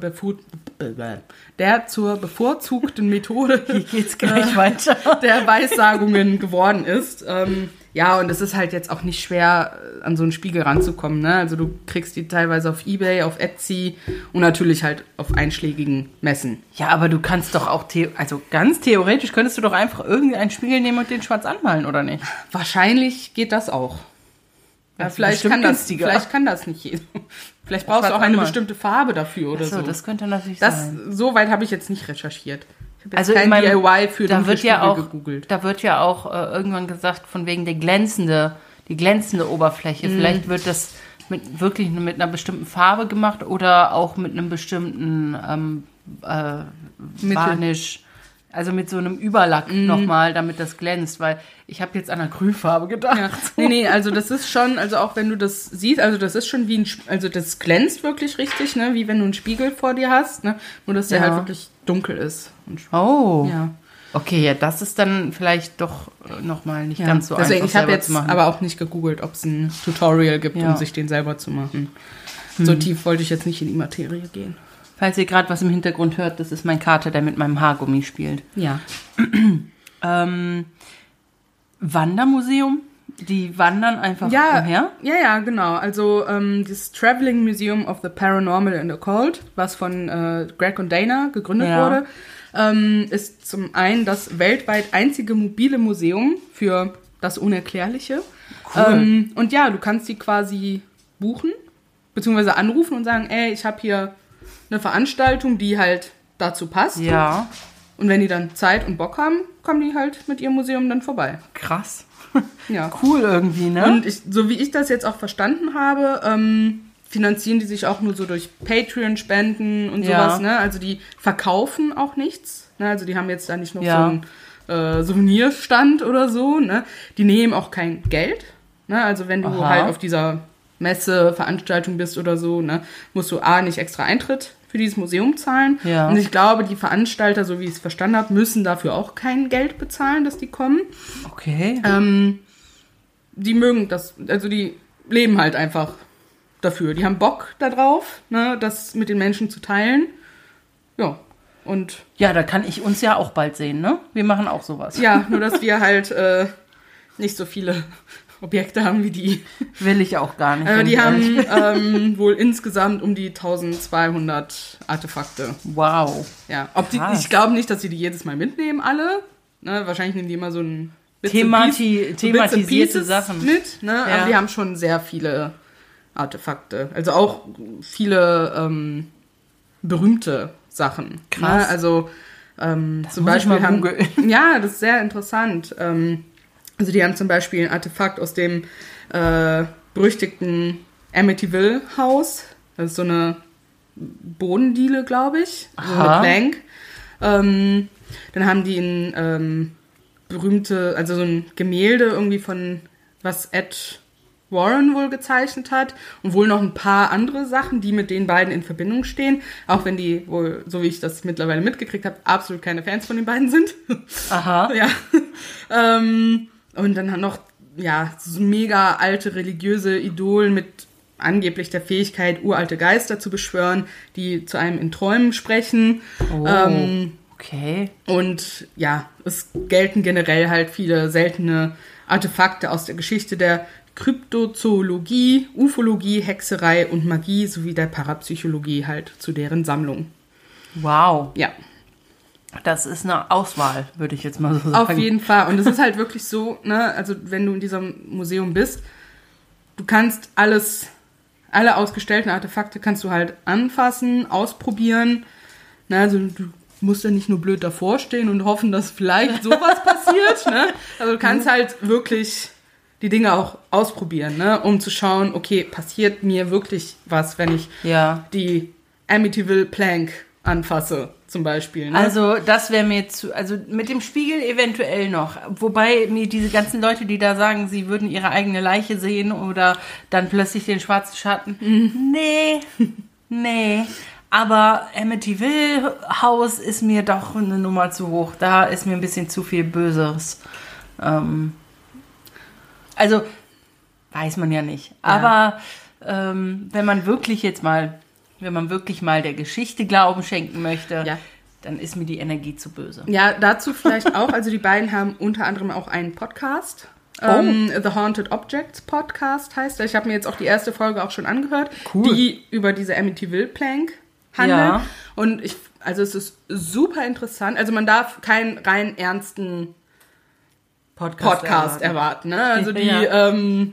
bevorzugten Methode Hier geht's gleich weiter. der Weissagungen geworden ist. Ja, und es ist halt jetzt auch nicht schwer, an so einen Spiegel ranzukommen. Ne? Also du kriegst die teilweise auf eBay, auf Etsy und natürlich halt auf einschlägigen Messen. Ja, aber du kannst doch auch, also ganz theoretisch könntest du doch einfach irgendeinen Spiegel nehmen und den schwarz anmalen, oder nicht? Wahrscheinlich geht das auch. Ja, vielleicht kann das nicht jeder. Vielleicht brauchst du auch eine bestimmte Farbe dafür oder so. Das könnte natürlich sein. So weit habe ich jetzt nicht recherchiert. Ich habe jetzt Also kein DIY für den Spiegel gegoogelt. Da wird ja auch irgendwann gesagt, von wegen die glänzende Oberfläche. Vielleicht wird das mit einer bestimmten Farbe gemacht oder auch mit einem bestimmten Varnish. Also mit so einem Überlack nochmal, damit das glänzt, weil ich habe jetzt an Acrylfarbe gedacht. Ja. Nee, also das ist schon, also auch wenn du das siehst, also das ist schon wie also das glänzt wirklich richtig, ne, wie wenn du einen Spiegel vor dir hast, ne, nur dass der halt wirklich dunkel ist. Oh. Ja. Okay, ja, das ist dann vielleicht doch nochmal nicht ganz so deswegen, einfach ich habe jetzt zu machen. aber auch nicht gegoogelt, ob es ein Tutorial gibt, um sich den selber zu machen. So tief wollte ich jetzt nicht in die Materie gehen. Falls ihr gerade was im Hintergrund hört, das ist mein Kater, der mit meinem Haargummi spielt. Ja. Wandermuseum? Die wandern einfach umher? Ja, genau. Also das Traveling Museum of the Paranormal and Occult, was von Greg und Dana gegründet wurde, ist zum einen das weltweit einzige mobile Museum für das Unerklärliche. Cool. Und ja, du kannst die quasi buchen, beziehungsweise anrufen und sagen, ey, ich habe hier eine Veranstaltung, die halt dazu passt. Ja. Und wenn die dann Zeit und Bock haben, kommen die halt mit ihrem Museum dann vorbei. Krass. Ja. Cool irgendwie, ne? Und so wie ich das jetzt auch verstanden habe, finanzieren die sich auch nur so durch Patreon-Spenden und sowas, ne? Also die verkaufen auch nichts, ne? Also die haben jetzt da nicht noch so einen Souvenirstand oder so, ne? Die nehmen auch kein Geld, ne? Also wenn du halt auf dieser Messe, Veranstaltung bist oder so, ne, musst du nicht extra Eintritt für dieses Museum zahlen. Ja. Und ich glaube, die Veranstalter, so wie ich es verstanden habe, müssen dafür auch kein Geld bezahlen, dass die kommen. Okay. Die mögen das, also die leben halt einfach dafür. Die haben Bock darauf, ne, das mit den Menschen zu teilen. Ja, und... Ja, da kann ich uns ja auch bald sehen, ne? Wir machen auch sowas. Ja, nur dass wir halt nicht so viele Objekte haben wie die. Will ich auch gar nicht. Die haben wohl insgesamt um die 1200 Artefakte. Wow. Ja, ich glaube nicht, dass sie die jedes Mal mitnehmen, alle. Ne, wahrscheinlich nehmen die immer so ein thematisierte Sachen mit. Ne? Ja. Aber die haben schon sehr viele Artefakte. Also auch viele berühmte Sachen. Krass. Ne? Also zum Beispiel ja, das ist sehr interessant. Also die haben zum Beispiel ein Artefakt aus dem berüchtigten Amityville-Haus. Das ist so eine Bodendiele, glaube ich. So eine Plank. Dann haben die ein so ein Gemälde irgendwie von was Ed Warren wohl gezeichnet hat und wohl noch ein paar andere Sachen, die mit den beiden in Verbindung stehen, auch wenn die wohl, so wie ich das mittlerweile mitgekriegt habe, absolut keine Fans von den beiden sind. Aha. Ja. Und dann hat noch, so mega alte religiöse Idol mit angeblich der Fähigkeit, uralte Geister zu beschwören, die zu einem in Träumen sprechen. Oh, okay. Und es gelten generell halt viele seltene Artefakte aus der Geschichte der Kryptozoologie, Ufologie, Hexerei und Magie sowie der Parapsychologie halt zu deren Sammlung. Wow. Ja. Das ist eine Auswahl, würde ich jetzt mal so sagen. Auf jeden Fall. Und es ist halt wirklich so, ne, also wenn du in diesem Museum bist, du kannst alle ausgestellten Artefakte kannst du halt anfassen, ausprobieren. Ne, also du musst ja nicht nur blöd davor stehen und hoffen, dass vielleicht sowas passiert. Ne? Also du kannst halt wirklich die Dinge auch ausprobieren, ne? Um zu schauen, okay, passiert mir wirklich was, wenn ich die Amityville Plank anfasse, zum Beispiel. Ne? Also das wäre mir also mit dem Spiegel eventuell noch. Wobei mir diese ganzen Leute, die da sagen, sie würden ihre eigene Leiche sehen oder dann plötzlich den schwarzen Schatten. Nee. Aber Amityville Haus ist mir doch eine Nummer zu hoch. Da ist mir ein bisschen zu viel Böses. Also, weiß man ja nicht. Ja. Aber wenn man wirklich mal der Geschichte Glauben schenken möchte, dann ist mir die Energie zu böse. Ja, dazu vielleicht auch. Also die beiden haben unter anderem auch einen Podcast. The Haunted Objects Podcast heißt er. Ich habe mir jetzt auch die erste Folge auch schon angehört, die über diese Amityville Plank handelt. Ja. Und es ist super interessant. Also man darf keinen rein ernsten Podcast erwarten. Ne? Also die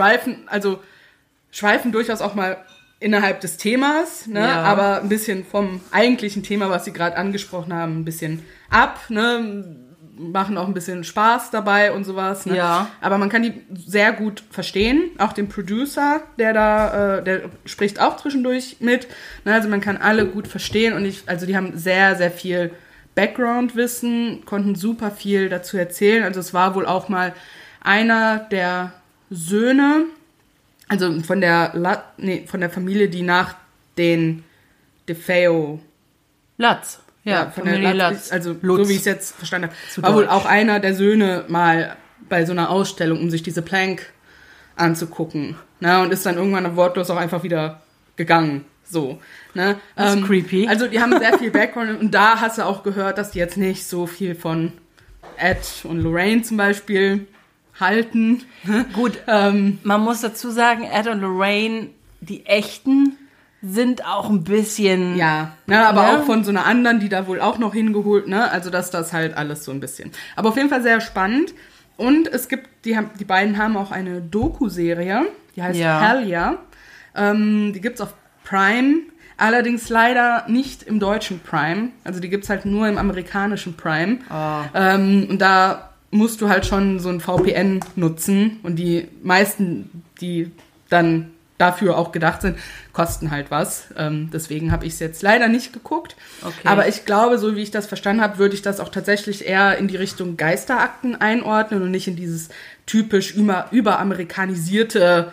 schweifen durchaus auch mal innerhalb des Themas, ne? Aber ein bisschen vom eigentlichen Thema, was sie gerade angesprochen haben, ein bisschen ab, ne? Machen auch ein bisschen Spaß dabei und sowas. Ne? Ja. Aber man kann die sehr gut verstehen. Auch den Producer, der spricht auch zwischendurch mit. Ne? Also man kann alle gut verstehen und die haben sehr, sehr viel Background-Wissen, konnten super viel dazu erzählen. Also es war wohl auch mal einer der Söhne, also von der Familie, die nach den DeFeo Lutz. Ja, von der Lutz, also Lutz. So wie ich es jetzt verstanden habe, war wohl auch einer der Söhne mal bei so einer Ausstellung, um sich diese Plank anzugucken. Ne? Und ist dann irgendwann wortlos auch einfach wieder gegangen. So, ne? Das ist creepy. Also die haben sehr viel Background und da hast du auch gehört, dass die jetzt nicht so viel von Ed und Lorraine zum Beispiel halten. Gut, man muss dazu sagen, Ed und Lorraine, die echten, sind auch ein bisschen... Ja, ne, aber auch von so einer anderen, die da wohl auch noch hingeholt, ne? Also das halt alles so ein bisschen. Aber auf jeden Fall sehr spannend. Und es gibt, die beiden haben auch eine Doku-Serie, die heißt Hellier. Die gibt's auf Prime, allerdings leider nicht im deutschen Prime. Also die gibt's halt nur im amerikanischen Prime. Oh. Und da musst du halt schon so ein VPN nutzen. Und die meisten, die dann dafür auch gedacht sind, kosten halt was. Deswegen habe ich es jetzt leider nicht geguckt. Okay. Aber ich glaube, so wie ich das verstanden habe, würde ich das auch tatsächlich eher in die Richtung Geisterakten einordnen und nicht in dieses typisch überamerikanisierte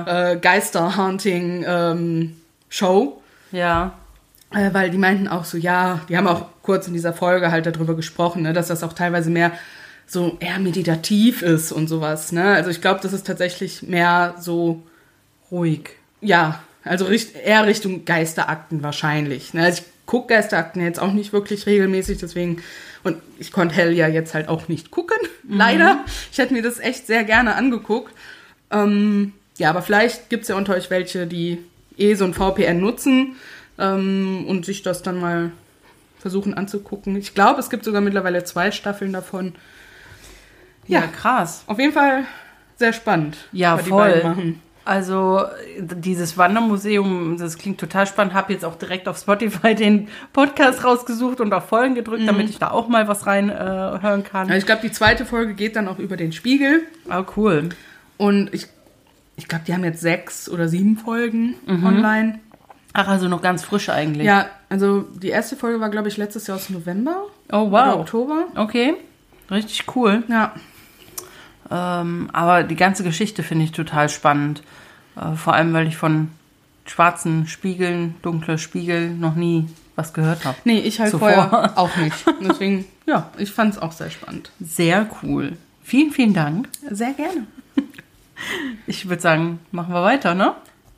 Geister-Hunting-Show. Ja. Weil die meinten auch so, die haben auch kurz in dieser Folge halt darüber gesprochen, ne, dass das auch teilweise mehr so eher meditativ ist und sowas. Ne? Also ich glaube, das ist tatsächlich mehr so ruhig. Ja, also eher Richtung Geisterakten wahrscheinlich. Ne? Also ich gucke Geisterakten jetzt auch nicht wirklich regelmäßig, deswegen, und ich konnte Hellier jetzt halt auch nicht gucken, leider. Ich hätte mir das echt sehr gerne angeguckt. Aber vielleicht gibt es ja unter euch welche, die so ein VPN nutzen und sich das dann mal versuchen anzugucken. Ich glaube, es gibt sogar mittlerweile 2 Staffeln davon. Ja, krass. Auf jeden Fall sehr spannend. Ja, voll. Also dieses Wandermuseum, das klingt total spannend. Habe jetzt auch direkt auf Spotify den Podcast rausgesucht und auf Folgen gedrückt, damit ich da auch mal was rein hören kann. Also ich glaube, die 2. Folge geht dann auch über den Spiegel. Ah, cool. Und ich glaube, die haben jetzt 6 oder 7 Folgen online. Ach, also noch ganz frisch eigentlich. Ja, also die erste Folge war, glaube ich, letztes Jahr aus November. Oh, wow. Oder Oktober. Okay, richtig cool. Ja. Aber die ganze Geschichte finde ich total spannend. Vor allem, weil ich von schwarzen Spiegeln, dunkle Spiegel noch nie was gehört habe. Nee, ich halt vorher auch nicht. Deswegen, ja, ich fand es auch sehr spannend. Sehr cool. Vielen, vielen Dank. Sehr gerne. Ich würde sagen, machen wir weiter, ne?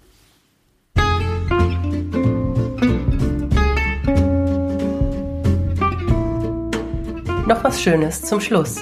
Noch was Schönes zum Schluss.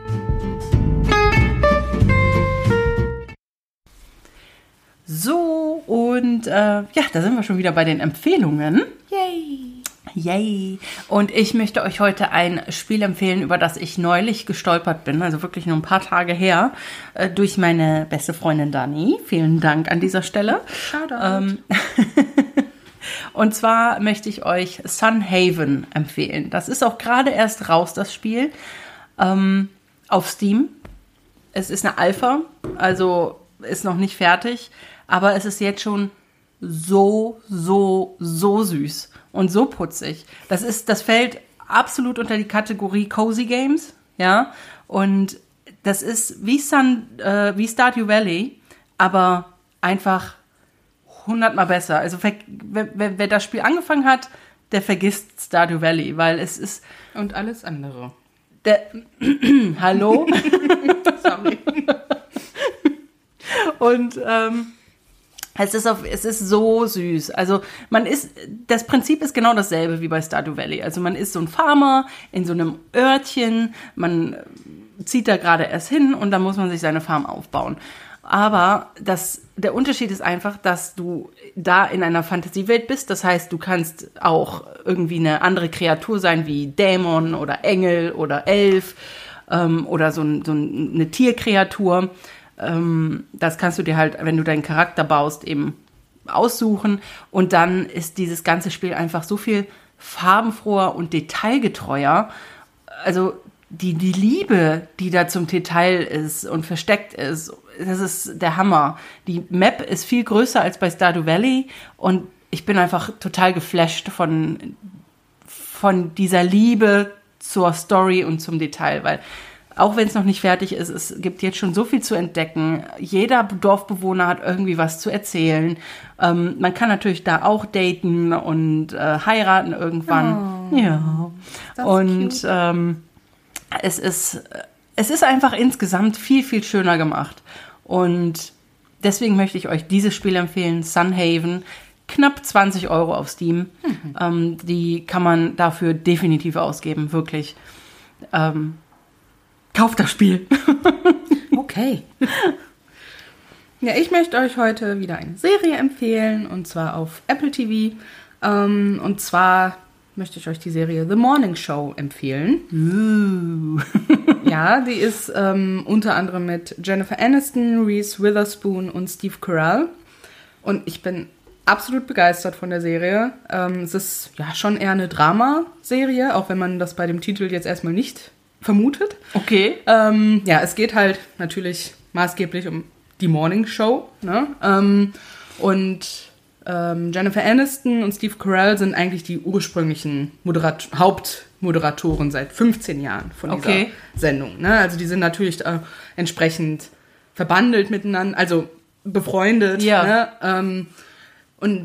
So, und da sind wir schon wieder bei den Empfehlungen. Yay! Und ich möchte euch heute ein Spiel empfehlen, über das ich neulich gestolpert bin, also wirklich nur ein paar Tage her, durch meine beste Freundin Dani. Vielen Dank an dieser Stelle. Shoutout. Und zwar möchte ich euch Sunhaven empfehlen. Das ist auch gerade erst raus, das Spiel, auf Steam. Es ist eine Alpha, also ist noch nicht fertig, aber es ist jetzt schon so süß und so putzig. Das fällt absolut unter die Kategorie Cozy Games, ja. Und das ist wie Stardew Valley, aber einfach 100-mal besser. Also wer das Spiel angefangen hat, der vergisst Stardew Valley, weil es ist... Und alles andere. Hallo? Sorry. Und es ist so süß. Also das Prinzip ist genau dasselbe wie bei Stardew Valley. Also man ist so ein Farmer in so einem Örtchen, man zieht da gerade erst hin und dann muss man sich seine Farm aufbauen. Aber der Unterschied ist einfach, dass du da in einer Fantasiewelt bist. Das heißt, du kannst auch irgendwie eine andere Kreatur sein, wie Dämon oder Engel oder Elf oder so eine Tierkreatur. Das kannst du dir halt, wenn du deinen Charakter baust, eben aussuchen. Und dann ist dieses ganze Spiel einfach so viel farbenfroher und detailgetreuer. Also die Liebe, die da zum Detail ist und versteckt ist, das ist der Hammer. Die Map ist viel größer als bei Stardew Valley und ich bin einfach total geflasht von dieser Liebe zur Story und zum Detail, weil auch wenn es noch nicht fertig ist, es gibt jetzt schon so viel zu entdecken. Jeder Dorfbewohner hat irgendwie was zu erzählen. Man kann natürlich da auch daten und heiraten irgendwann. Oh, ja. Und es ist einfach insgesamt viel, viel schöner gemacht. Und deswegen möchte ich euch dieses Spiel empfehlen, Sunhaven. Knapp 20 € auf Steam. Die kann man dafür definitiv ausgeben, wirklich. Kauft das Spiel. Okay. Ja, ich möchte euch heute wieder eine Serie empfehlen, und zwar auf Apple TV. Und zwar möchte ich euch die Serie The Morning Show empfehlen. Ja, die ist unter anderem mit Jennifer Aniston, Reese Witherspoon und Steve Carell. Und ich bin absolut begeistert von der Serie. Es ist ja schon eher eine Dramaserie, auch wenn man das bei dem Titel jetzt erstmal nicht vermutet. Okay. Ja, es geht halt natürlich maßgeblich um die Morning Show, ne? Jennifer Aniston und Steve Carell sind eigentlich die ursprünglichen Hauptmoderatoren seit 15 Jahren von dieser Sendung. Ne? Also die sind natürlich entsprechend verbandelt miteinander, also befreundet. Ja. Ne? Und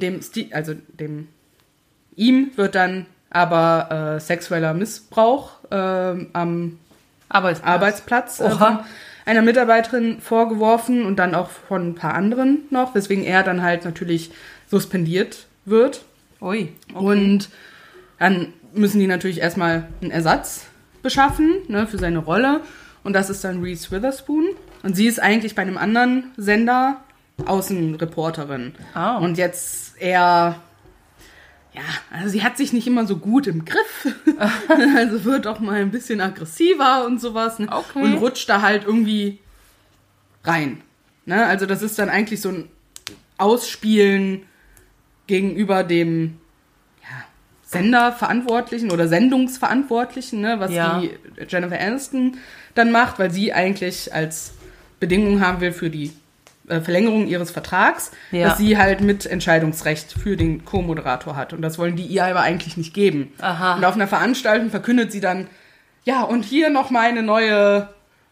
ihm wird dann aber sexueller Missbrauch am Arbeitsplatz von einer Mitarbeiterin vorgeworfen und dann auch von ein paar anderen noch, weswegen er dann halt natürlich suspendiert wird. Ui, okay. Und dann müssen die natürlich erstmal einen Ersatz beschaffen, ne, für seine Rolle. Und das ist dann Reese Witherspoon. Und sie ist eigentlich bei einem anderen Sender Außenreporterin. Oh. Und jetzt eher, ja, also sie hat sich nicht immer so gut im Griff. Also wird auch mal ein bisschen aggressiver und sowas. Ne? Okay. Und rutscht da halt irgendwie rein. Ne? Also das ist dann eigentlich so ein Ausspielen gegenüber dem Senderverantwortlichen oder Sendungsverantwortlichen, ne, was die Jennifer Aniston dann macht, weil sie eigentlich als Bedingung haben will für die Verlängerung ihres Vertrags, dass sie halt Mitentscheidungsrecht für den Co-Moderator hat. Und das wollen die ihr aber eigentlich nicht geben. Aha. Und auf einer Veranstaltung verkündet sie dann, ja, und hier noch meine neue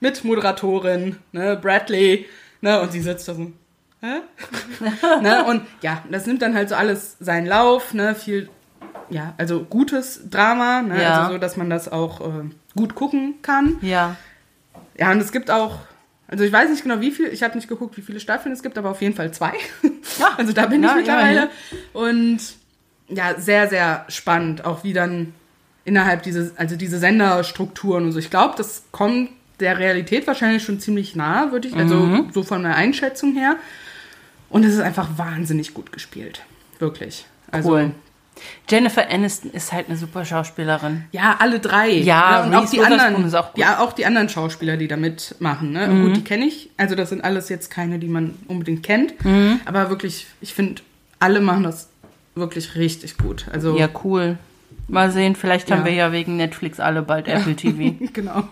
Mitmoderatorin, ne, Bradley, ne, und sie sitzt da so, hä? Ne, und ja, das nimmt dann halt so alles seinen Lauf, ne, viel, ja, also gutes Drama, ne, Ja. also so, dass man das auch gut gucken kann. Ja. Ja, und es gibt auch, also ich weiß nicht genau ich habe nicht geguckt, wie viele Staffeln es gibt, aber auf jeden Fall 2. Ja. Also da bin ich Ja, mittlerweile. Und ja, sehr, sehr spannend, auch wie dann innerhalb diese Senderstrukturen und so. Ich glaube, das kommt der Realität wahrscheinlich schon ziemlich nah, also so von der Einschätzung her. Und es ist einfach wahnsinnig gut gespielt. Wirklich. Also, Cool. Jennifer Aniston ist halt eine super Schauspielerin. ja, alle 3. Ja, und auch Reese die Witherspoon anderen, ist auch gut. ja, auch die anderen Schauspieler, die da mitmachen. Ne? Gut, die kenne ich. Also das sind alles jetzt keine, die man unbedingt kennt. Aber wirklich, ich finde, alle machen das wirklich richtig gut. Also Ja, cool. Mal sehen, vielleicht haben Ja. wir ja wegen Netflix alle bald Apple TV. genau.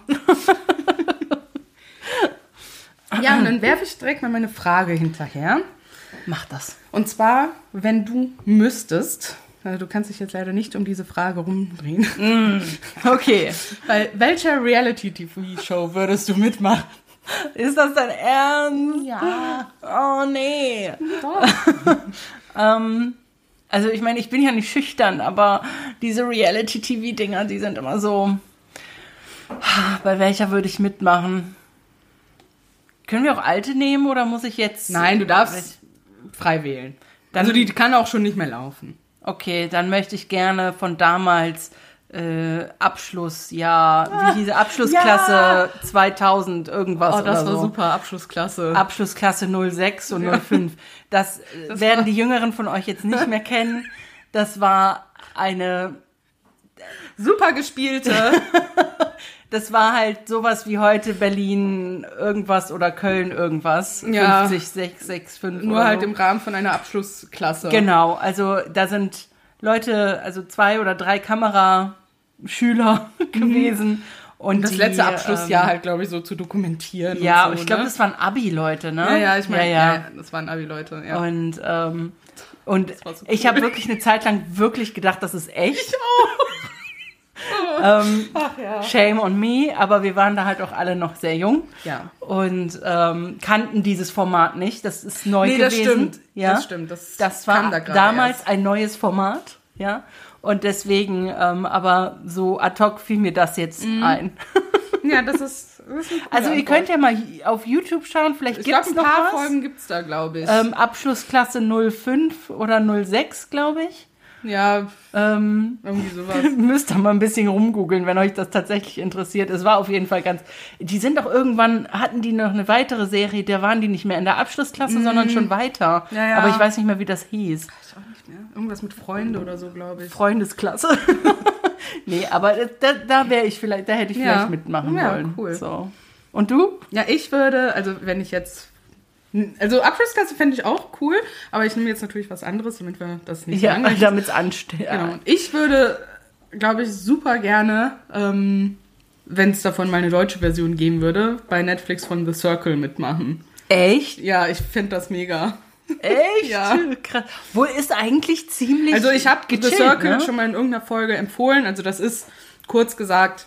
Ja, und dann werfe ich direkt mal meine Frage hinterher. Mach das. Und zwar, wenn du müsstest, also du kannst dich jetzt leider nicht um diese Frage rumdrehen, Okay. bei welcher Reality-TV-Show würdest du mitmachen? Ist das dein Ernst? Ja. Oh, nee. Doch. Also ich meine, ich bin ja nicht schüchtern, aber diese Reality-TV-Dinger, die sind immer so... Bei welcher würde ich mitmachen? Können wir auch alte nehmen oder muss ich jetzt... Nein, du darfst frei wählen. Dann- Also die kann auch schon nicht mehr laufen. Okay, dann möchte ich gerne von damals Abschlussjahr, wie hieß Abschlussklasse 2000 irgendwas Oh, das oder war so. super, Abschlussklasse. Abschlussklasse 06 und 05. Das werden die Jüngeren von euch jetzt nicht mehr kennen. Das war eine... Super gespielte. Das war halt sowas wie heute Berlin irgendwas oder Köln irgendwas. Ja. 50, 6, 6, 5 Nur oder halt so. im Rahmen von einer Abschlussklasse. Genau, also da sind Leute, also 2 oder 3 Kameraschüler gewesen. Und Das die, letzte Abschlussjahr halt, glaube ich, so zu dokumentieren. Ja, und so, ich glaube, ne? das waren Abi-Leute, ne? Ja, ja, ich meine, Ja. ja, das waren Abi-Leute, ja. Und war so ich cool. habe wirklich eine Zeit lang wirklich gedacht, das ist echt. Ach ja. Shame on me, aber wir waren da halt auch alle noch sehr jung. Ja. Und kannten dieses Format nicht. Das ist neu Nee, das gewesen. stimmt. Ja? Das stimmt. Das war kam da gerade damals erst. ein neues Format. Ja. Und deswegen, aber so ad hoc fiel mir das jetzt ein. Ja, das ist eine coole Also ihr Antwort. könnt ja mal auf YouTube schauen, vielleicht Ich gibt glaube, es ein noch paar was. Folgen gibt's da, glaube ich. Abschlussklasse 05 oder 06, glaube ich. Ja, irgendwie sowas. Müsst ihr mal ein bisschen rumgoogeln, wenn euch das tatsächlich interessiert. Es war auf jeden Fall ganz... Die sind doch irgendwann, hatten die noch eine weitere Serie, da waren die nicht mehr in der Abschlussklasse, sondern schon weiter. Ja, ja. Aber ich weiß nicht mehr, wie das hieß. Ich auch nicht mehr. Irgendwas mit Freunde oder so, glaube ich. Freundesklasse. Nee, aber da wäre ich vielleicht, da hätte ich Ja. vielleicht mitmachen Ja, wollen. cool. So. Und du? Ja, ich würde, also wenn ich jetzt... Also Abschlussklasse fände ich auch cool, aber ich nehme jetzt natürlich was anderes, damit wir das nicht Ja, langweilig damit es ansteht. Genau. Und ich würde, glaube ich, super gerne, wenn es davon mal eine deutsche Version geben würde, bei Netflix von The Circle mitmachen. Echt? Ja, ich finde das mega. Echt? Ja. Krass. Wohl ist eigentlich ziemlich Also ich habe The gechillt, Circle ne? schon mal in irgendeiner Folge empfohlen. Also das ist, kurz gesagt,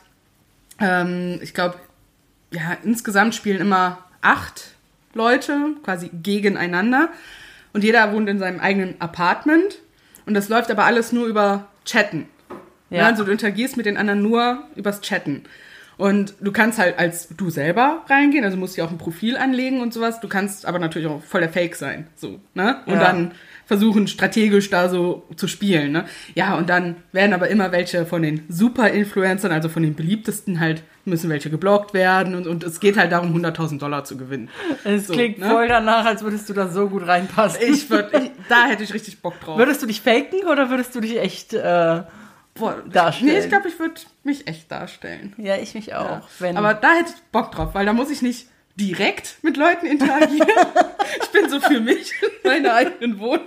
ich glaube, ja, insgesamt spielen immer 8 Leute quasi gegeneinander. Und jeder wohnt in seinem eigenen Apartment. Und das läuft aber alles nur über Chatten. Ja. Ja, also du interagierst mit den anderen nur übers Chatten. Und du kannst halt als du selber reingehen, also musst dir auch ein Profil anlegen und sowas. Du kannst aber natürlich auch voll der Fake sein, so, ne? Und Ja. dann versuchen, strategisch da so zu spielen, ne? Ja, und dann werden aber immer welche von den Super-Influencern, also von den beliebtesten halt, müssen welche geblockt werden und es geht halt darum, $100.000 zu gewinnen. Es So, klingt ne? voll danach, als würdest du da so gut reinpassen. Da hätte ich richtig Bock drauf. Würdest du dich faken oder würdest du dich echt darstellen? Nee, ich glaube, ich würde mich echt darstellen. Ja, ich mich auch. Ja. Wenn Aber da hätte ich Bock drauf, weil da muss ich nicht direkt mit Leuten interagieren. Ich bin so für mich in meiner eigenen Wohnung.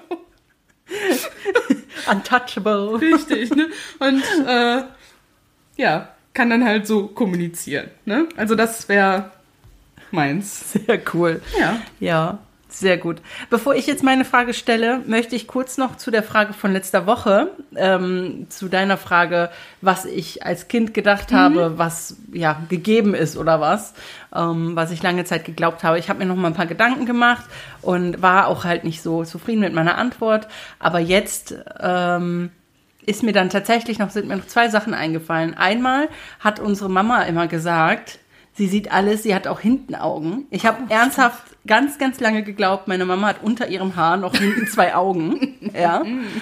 untouchable. Richtig, ne? Und ja, kann dann halt so kommunizieren, ne? Also das wäre meins. Sehr cool. Ja. Ja. Sehr gut. Bevor ich jetzt meine Frage stelle, möchte ich kurz noch zu der Frage von letzter Woche, zu deiner Frage, was ich als Kind gedacht habe, was ja gegeben ist oder was ich lange Zeit geglaubt habe. Ich habe mir noch mal ein paar Gedanken gemacht und war auch halt nicht so zufrieden mit meiner Antwort. Aber jetzt sind mir noch 2 Sachen eingefallen. Einmal hat unsere Mama immer gesagt, sie sieht alles, sie hat auch hinten Augen. Ich habe ernsthaft ganz, ganz lange geglaubt, meine Mama hat unter ihrem Haar noch hinten 2 Augen. Ja.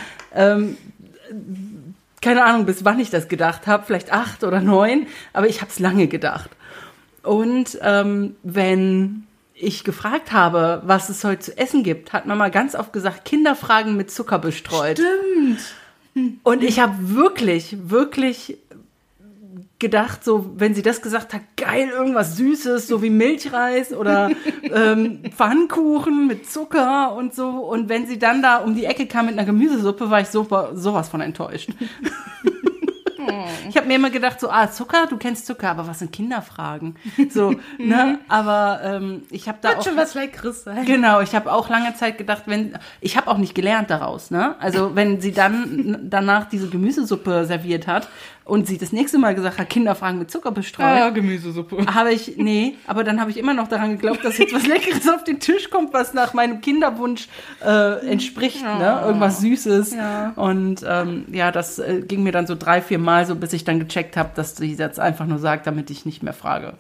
Keine Ahnung, bis wann ich das gedacht habe, vielleicht 8 oder 9, aber ich habe es lange gedacht. Und wenn ich gefragt habe, was es heute zu essen gibt, hat Mama ganz oft gesagt, Kinderfragen mit Zucker bestreut. Stimmt. Und ich habe wirklich, wirklich gedacht, so, wenn sie das gesagt hat, geil, irgendwas Süßes, so wie Milchreis oder Pfannkuchen mit Zucker und so. Und wenn sie dann da um die Ecke kam mit einer Gemüsesuppe, war ich sowas von enttäuscht. Ich habe mir immer gedacht, so, Zucker, du kennst Zucker, aber was sind Kinderfragen? So, ne? Aber ich habe da Wird auch schon was Leckeres sein. Genau, ich habe auch lange Zeit gedacht, ich habe auch nicht gelernt daraus, ne? Also wenn sie dann danach diese Gemüsesuppe serviert hat und sie das nächste Mal gesagt hat, Kinderfragen mit Zucker bestreut, Gemüsesuppe. aber dann habe ich immer noch daran geglaubt, dass jetzt was Leckeres auf den Tisch kommt, was nach meinem Kinderwunsch entspricht, ne? Irgendwas Süßes. Ja. Und das ging mir dann so 3-4 Mal so, bis ich dann gecheckt habe, dass sie jetzt einfach nur sagt, damit ich nicht mehr frage.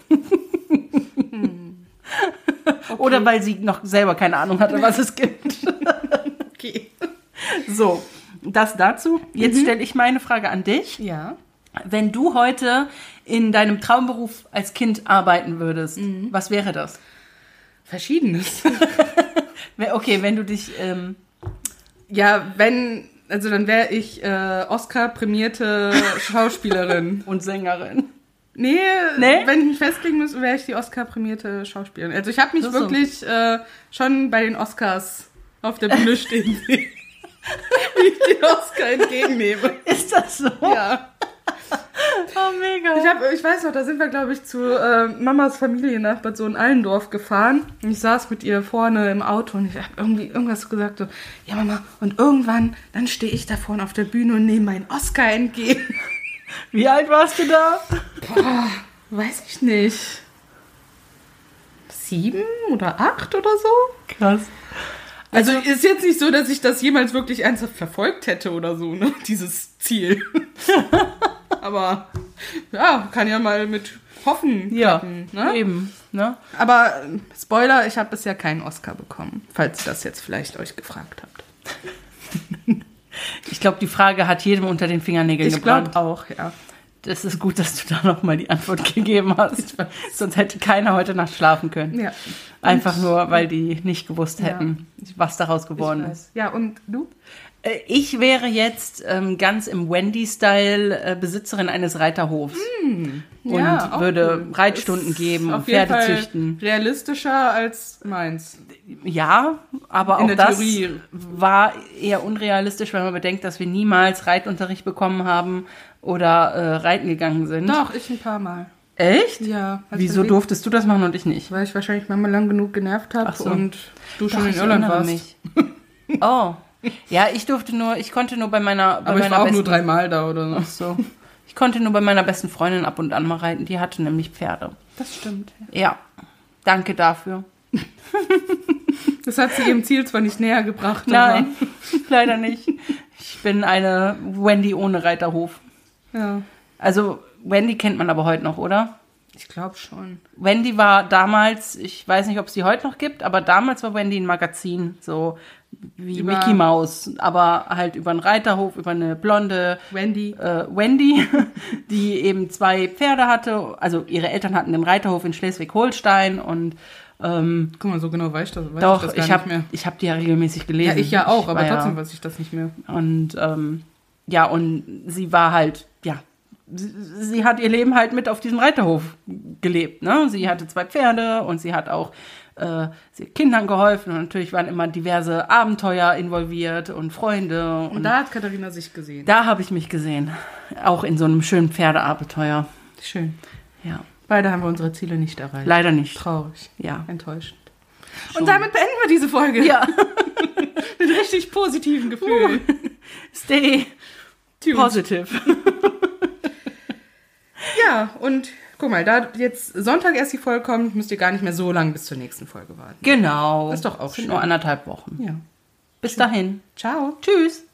Okay. Oder weil sie noch selber keine Ahnung hatte, was es gibt. Okay. So, das dazu. Jetzt stelle ich meine Frage an dich. Ja. Wenn du heute in deinem Traumberuf als Kind arbeiten würdest, was wäre das? Verschiedenes. Okay, wenn du dich... dann wäre ich Oscar-prämierte Schauspielerin. und Sängerin. Nee, wenn ich mich festlegen müsste, wäre ich die Oscar-prämierte Schauspielerin. Also ich habe mich wirklich schon bei den Oscars auf der Bühne stehen sehen. Wie ich den Oscar entgegennehme. Ist das so? Ja. Oh, mega. Ich weiß noch, da sind wir, glaube ich, zu Mamas Familie nach Bad Sohn-Allendorf gefahren. Und ich saß mit ihr vorne im Auto und ich habe irgendwie irgendwas gesagt, so, ja Mama, und irgendwann, dann stehe ich da vorne auf der Bühne und nehme meinen Oscar entgegen. Wie alt warst du da? Boah, weiß ich nicht. 7 oder 8 oder so? Krass. Also ist jetzt nicht so, dass ich das jemals wirklich ernsthaft verfolgt hätte oder so, ne? Dieses Ziel. Aber ja, kann ja mal mit hoffen. Ja, klappen, ne? Eben. Ne? Aber Spoiler, ich habe bisher keinen Oscar bekommen, falls ihr das jetzt vielleicht euch gefragt habt. Ich glaube, die Frage hat jedem unter den Fingernägeln gebrannt. Ich glaube auch, ja. Das ist gut, dass du da nochmal die Antwort gegeben hast. Sonst hätte keiner heute Nacht schlafen können. Ja. Einfach nur, weil die nicht gewusst hätten, was daraus geworden ist. Ja, und du? Ich wäre jetzt ganz im Wendy-Style Besitzerin eines Reiterhofs. Und würde cool. Reitstunden geben und auf jeden Pferde Fall züchten. Realistischer als meins. Ja, aber In auch der das Theorie. war eher unrealistisch, wenn man bedenkt, dass wir niemals Reitunterricht bekommen haben oder reiten gegangen sind. Doch, ich ein paar Mal. Echt? Ja. Wieso durftest du das machen und ich nicht? Weil ich wahrscheinlich Mama lang genug genervt habe so. und du schon Doch, in ich Irland erinnere warst. mich. Oh. Ja, ich konnte nur bei meiner Aber ich war auch nur 3 Mal da oder so. Ach so. Ich konnte nur bei meiner besten Freundin ab und an mal reiten. Die hatte nämlich Pferde. Das stimmt. Ja. Danke dafür. Das hat sie ihrem Ziel zwar nicht näher gebracht, Nein, leider nicht. Ich bin eine Wendy ohne Reiterhof. Ja. Also Wendy kennt man aber heute noch, oder? Ich glaube schon. Wendy war damals, ich weiß nicht, ob es die heute noch gibt, aber damals war Wendy ein Magazin, so wie Mickey Mouse, aber halt über einen Reiterhof, über eine blonde Wendy, die eben 2 Pferde hatte. Also ihre Eltern hatten den Reiterhof in Schleswig-Holstein und guck mal, so genau weiß ich das gar nicht mehr. Ich habe die ja regelmäßig gelesen. Ja, ich ja auch, aber war trotzdem weiß ich das nicht mehr. Und und sie war halt, sie hat ihr Leben halt mit auf diesem Reiterhof gelebt. Ne? Sie hatte 2 Pferde und sie hat auch sie hat Kindern geholfen und natürlich waren immer diverse Abenteuer involviert und Freunde. Und da hat Katharina sich gesehen. Da habe ich mich gesehen. Auch in so einem schönen Pferdeabenteuer. Schön. Ja. Beide haben wir unsere Ziele nicht erreicht. Leider nicht. Traurig. Ja. Enttäuschend. Und damit beenden wir diese Folge. Ja. Mit richtig positiven Gefühlen. Stay Tuned. positive. Ja, und guck mal, da jetzt Sonntag erst die Folge kommt, müsst ihr gar nicht mehr so lange bis zur nächsten Folge warten. Genau. Das ist doch auch Das sind schön. nur 1,5 Wochen. Ja. Bis dahin. Ciao. Tschüss.